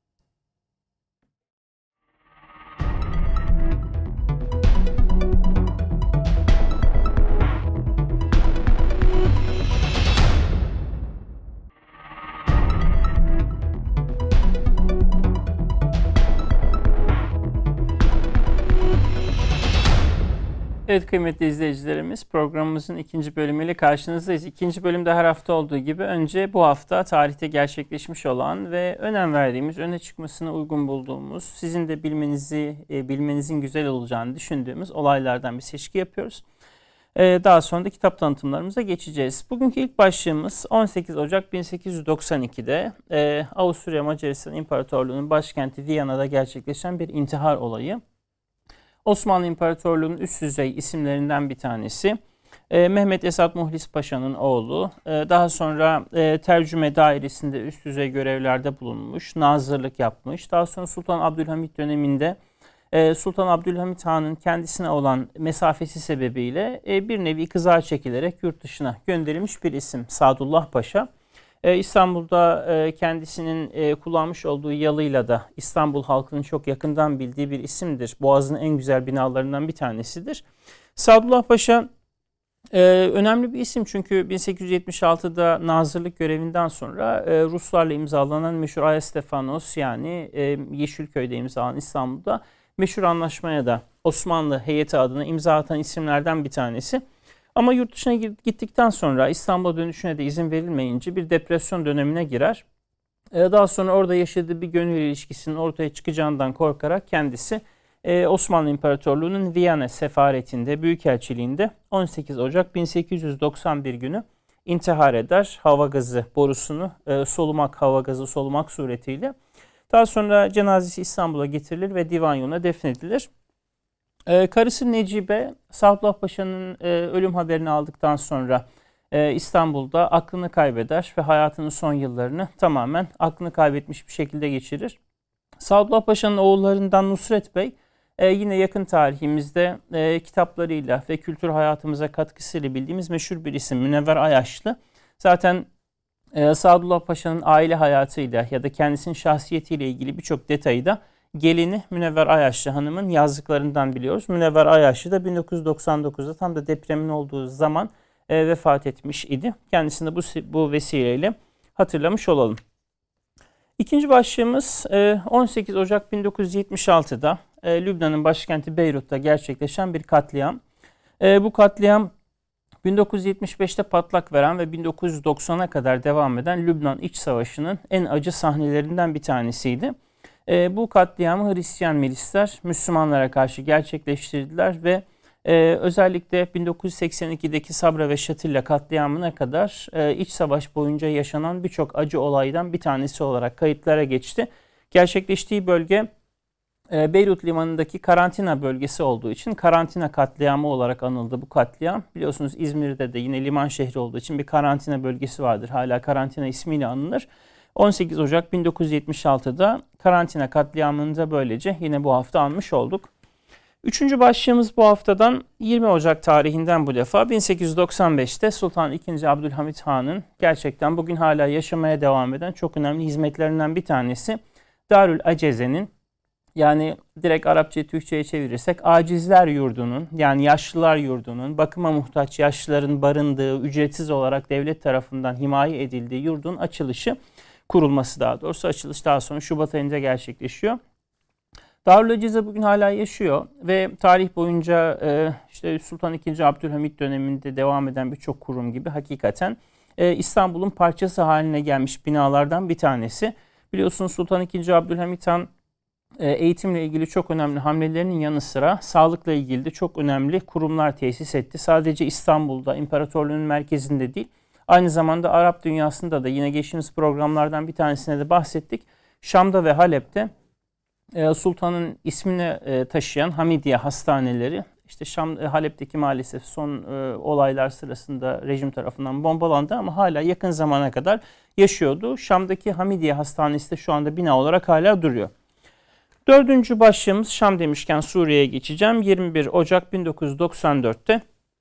Evet kıymetli izleyicilerimiz, programımızın ikinci bölümüyle karşınızdayız. İkinci bölümde her hafta olduğu gibi önce bu hafta tarihte gerçekleşmiş olan ve önem verdiğimiz, öne çıkmasına uygun bulduğumuz, sizin de bilmenizin güzel olacağını düşündüğümüz olaylardan bir seçki yapıyoruz. Daha sonra da kitap tanıtımlarımıza geçeceğiz. Bugünkü ilk başlığımız 18 Ocak 1892'de Avusturya Macaristan İmparatorluğu'nun başkenti Viyana'da gerçekleşen bir intihar olayı. Osmanlı İmparatorluğu'nun üst düzey isimlerinden bir tanesi. Mehmet Esat Muhlis Paşa'nın oğlu. Daha sonra tercüme dairesinde üst düzey görevlerde bulunmuş, nazırlık yapmış. Daha sonra Sultan Abdülhamit döneminde Sultan Abdülhamit Han'ın kendisine olan mesafesi sebebiyle bir nevi kızığa çekilerek yurt dışına gönderilmiş bir isim Sadullah Paşa. İstanbul'da kendisinin kullanmış olduğu yalıyla da İstanbul halkının çok yakından bildiği bir isimdir. Boğaz'ın en güzel binalarından bir tanesidir. Sadullah Paşa önemli bir isim çünkü 1876'da nazırlık görevinden sonra Ruslarla imzalanan meşhur Ayasstefanos yani Yeşilköy'de imzalanan İstanbul'da meşhur anlaşmaya da Osmanlı heyeti adına imza atan isimlerden bir tanesi. Ama yurt dışına gittikten sonra İstanbul'a dönüşüne de izin verilmeyince bir depresyon dönemine girer. Daha sonra orada yaşadığı bir gönül ilişkisinin ortaya çıkacağından korkarak kendisi Osmanlı İmparatorluğu'nun Viyana sefaretinde, büyükelçiliğinde 18 Ocak 1891 günü intihar eder. Hava gazı borusunu hava gazı solumak suretiyle. Daha sonra cenazesi İstanbul'a getirilir ve divan yoluna defnedilir. Karısı Necibe, Sadullah Paşa'nın ölüm haberini aldıktan sonra İstanbul'da aklını kaybeder ve hayatının son yıllarını tamamen aklını kaybetmiş bir şekilde geçirir. Sadullah Paşa'nın oğullarından Nusret Bey yine yakın tarihimizde kitaplarıyla ve kültür hayatımıza katkısıyla bildiğimiz meşhur bir isim Münevver Ayaşlı. Zaten Sadullah Paşa'nın aile hayatıyla ya da kendisinin şahsiyetiyle ilgili birçok detayı da gelini Münevver Ayaşlı Hanım'ın yazdıklarından biliyoruz. Münevver Ayaşlı da 1999'da tam da depremin olduğu zaman vefat etmiş idi. Kendisini bu vesileyle hatırlamış olalım. İkinci başlığımız 18 Ocak 1976'da Lübnan'ın başkenti Beyrut'ta gerçekleşen bir katliam. Bu katliam 1975'te patlak veren ve 1990'a kadar devam eden Lübnan İç Savaşı'nın en acı sahnelerinden bir tanesiydi. Bu katliamı Hristiyan milisler Müslümanlara karşı gerçekleştirdiler ve özellikle 1982'deki Sabra ve Şatilla katliamına kadar iç savaş boyunca yaşanan birçok acı olaydan bir tanesi olarak kayıtlara geçti. Gerçekleştiği bölge Beyrut limanındaki karantina bölgesi olduğu için karantina katliamı olarak anıldı bu katliam. Biliyorsunuz İzmir'de de yine liman şehri olduğu için bir karantina bölgesi vardır. Hala karantina ismiyle anılır. 18 Ocak 1976'da karantina katliamını da böylece yine bu hafta anmış olduk. Üçüncü başlığımız bu haftadan 20 Ocak tarihinden bu defa 1895'te Sultan II. Abdülhamit Han'ın gerçekten bugün hala yaşamaya devam eden çok önemli hizmetlerinden bir tanesi Darül Aceze'nin yani direkt Arapçaya Türkçe'ye çevirirsek acizler yurdunun yani yaşlılar yurdunun bakıma muhtaç yaşlıların barındığı ücretsiz olarak devlet tarafından himaye edildiği yurdun kurulması daha doğrusu açılış daha sonra Şubat ayında gerçekleşiyor. Darül Aceze bugün hala yaşıyor ve tarih boyunca işte Sultan II. Abdülhamit döneminde devam eden birçok kurum gibi hakikaten İstanbul'un parçası haline gelmiş binalardan bir tanesi. Biliyorsunuz Sultan II. Abdülhamit Han eğitimle ilgili çok önemli hamlelerinin yanı sıra sağlıkla ilgili de çok önemli kurumlar tesis etti. Sadece İstanbul'da, imparatorluğun merkezinde değil, aynı zamanda Arap dünyasında da yine geçtiğimiz programlardan bir tanesine de bahsettik. Şam'da ve Halep'te Sultan'ın ismini taşıyan Hamidiye hastaneleri İşte Şam, Halep'teki maalesef son olaylar sırasında rejim tarafından bombalandı ama hala yakın zamana kadar yaşıyordu. Şam'daki Hamidiye Hastanesi de şu anda bina olarak hala duruyor. Dördüncü başlığımız, Şam demişken Suriye'ye geçeceğim. 21 Ocak 1994'te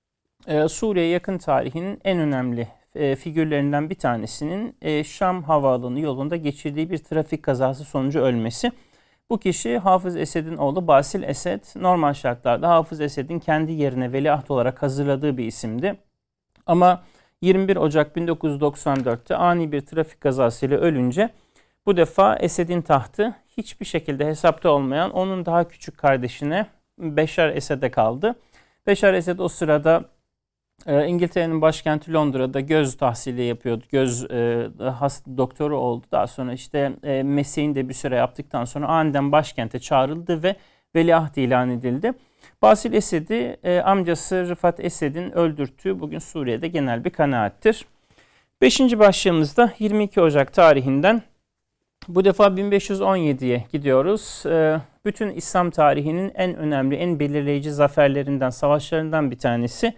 Suriye yakın tarihinin en önemli figürlerinden bir tanesinin Şam Havaalanı yolunda geçirdiği bir trafik kazası sonucu ölmesi. Bu kişi Hafız Esed'in oğlu Basil Esed. Normal şartlarda Hafız Esed'in kendi yerine veliaht olarak hazırladığı bir isimdi. Ama 21 Ocak 1994'te ani bir trafik kazasıyla ölünce bu defa Esed'in tahtı hiçbir şekilde hesapta olmayan onun daha küçük kardeşine Beşar Esed'e kaldı. Beşar Esed o sırada İngiltere'nin başkenti Londra'da göz tahsili yapıyordu. Göz doktoru oldu. Daha sonra işte mesleğini de bir süre yaptıktan sonra aniden başkente çağrıldı ve veliaht ilan edildi. Basil Esed'i amcası Rıfat Esed'in öldürttüğü bugün Suriye'de genel bir kanaattir. Beşinci başlığımızda 22 Ocak tarihinden bu defa 1517'ye gidiyoruz. Bütün İslam tarihinin en önemli, en belirleyici zaferlerinden, savaşlarından bir tanesi.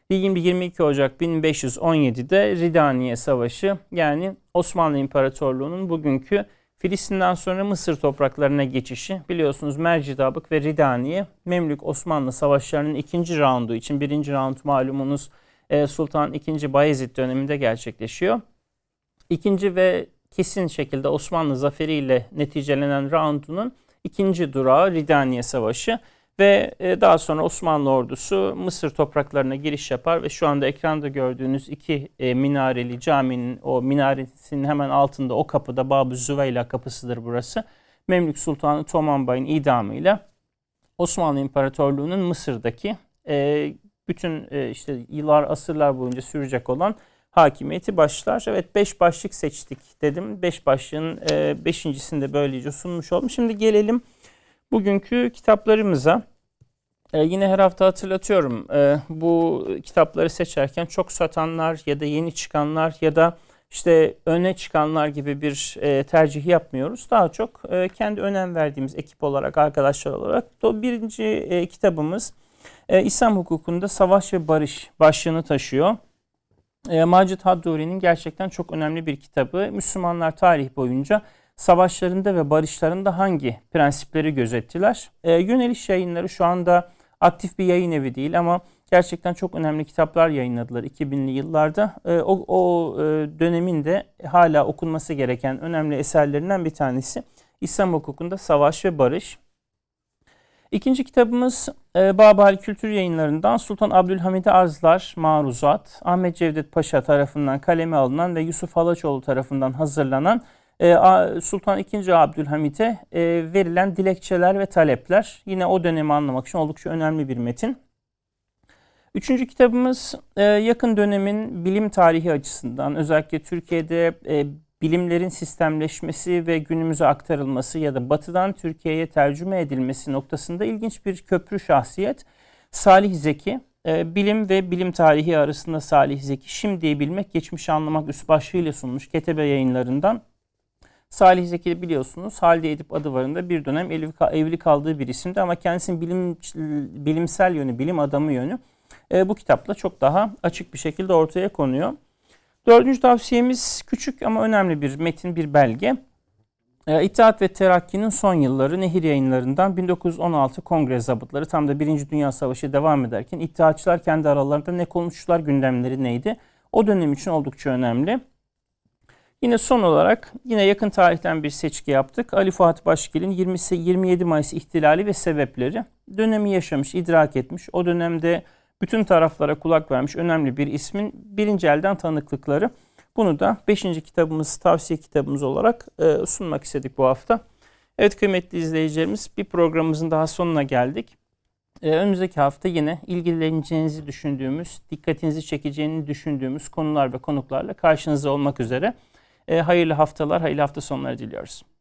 22 Ocak 1517'de Ridaniye Savaşı, yani Osmanlı İmparatorluğu'nun bugünkü Filistin'den sonra Mısır topraklarına geçişi. Biliyorsunuz Mercidabık ve Ridaniye Memlük-Osmanlı savaşlarının ikinci raundu için, birinci raund malumunuz Sultan II. Bayezid döneminde gerçekleşiyor. İkinci ve kesin şekilde Osmanlı zaferiyle neticelenen raundunun ikinci durağı Ridaniye Savaşı. Ve daha sonra Osmanlı ordusu Mısır topraklarına giriş yapar ve şu anda ekranda gördüğünüz iki minareli caminin o minaresinin hemen altında o kapıda Bab-ı Züveyla kapısıdır burası. Memlük Sultanı Tomanbay'ın idamıyla Osmanlı İmparatorluğu'nun Mısır'daki bütün işte yıllar, asırlar boyunca sürecek olan hakimiyeti başlar. Evet, 5 başlık seçtik dedim. 5 başlığın 5.'sini de böylece sunmuş oldum. Şimdi gelelim bugünkü kitaplarımıza. Yine her hafta hatırlatıyorum, bu kitapları seçerken çok satanlar ya da yeni çıkanlar ya da işte öne çıkanlar gibi bir tercih yapmıyoruz. Daha çok kendi önem verdiğimiz ekip olarak, arkadaşlar olarak. Birinci kitabımız İslam hukukunda Savaş ve Barış başlığını taşıyor. Macit Hadduri'nin gerçekten çok önemli bir kitabı. Müslümanlar tarih boyunca savaşlarında ve barışlarında hangi prensipleri gözettiler? Yöneliş Yayınları şu anda aktif bir yayın evi değil ama gerçekten çok önemli kitaplar yayınladılar 2000'li yıllarda. O dönemin de hala okunması gereken önemli eserlerinden bir tanesi İslam hukukunda Savaş ve Barış. İkinci kitabımız Babali Kültür Yayınları'ndan Sultan Abdülhamid'e Arzlar, Maruzat, Ahmet Cevdet Paşa tarafından kaleme alınan ve Yusuf Halaçoğlu tarafından hazırlanan Sultan II. Abdülhamid'e verilen dilekçeler ve talepler. Yine o dönemi anlamak için oldukça önemli bir metin. Üçüncü kitabımız yakın dönemin bilim tarihi açısından, özellikle Türkiye'de bilimlerin sistemleşmesi ve günümüze aktarılması ya da batıdan Türkiye'ye tercüme edilmesi noktasında ilginç bir köprü şahsiyet. Salih Zeki, bilim ve bilim tarihi arasında Salih Zeki, Şimdiyi Bilmek, Geçmişi Anlamak üst başlığıyla sunmuş Ketebe Yayınları'ndan. Salih Zeki biliyorsunuz Halide Edip Adıvarı'nda bir dönem evli kaldığı bir isimdi ama kendisinin bilimsel yönü, bilim adamı yönü bu kitapla çok daha açık bir şekilde ortaya konuyor. Dördüncü tavsiyemiz küçük ama önemli bir metin, bir belge. İttihat ve Terakki'nin son yılları, Nehir Yayınları'ndan 1916 Kongre Zabıtları. Tam da Birinci Dünya Savaşı devam ederken İttihatçılar kendi aralarında ne konuştular, gündemleri neydi? O dönem için oldukça önemli. Yine son olarak yine yakın tarihten bir seçki yaptık. Ali Fuat Başgil'in 27 Mayıs İhtilali ve Sebepleri. Dönemi yaşamış, idrak etmiş. O dönemde bütün taraflara kulak vermiş önemli bir ismin birinci elden tanıklıkları. Bunu da 5. kitabımız, tavsiye kitabımız olarak sunmak istedik bu hafta. Evet kıymetli izleyicilerimiz, bir programımızın daha sonuna geldik. Önümüzdeki hafta yine ilgileneceğinizi düşündüğümüz, dikkatinizi çekeceğini düşündüğümüz konular ve konuklarla karşınızda olmak üzere. Hayırlı haftalar, hayırlı hafta sonları diliyoruz.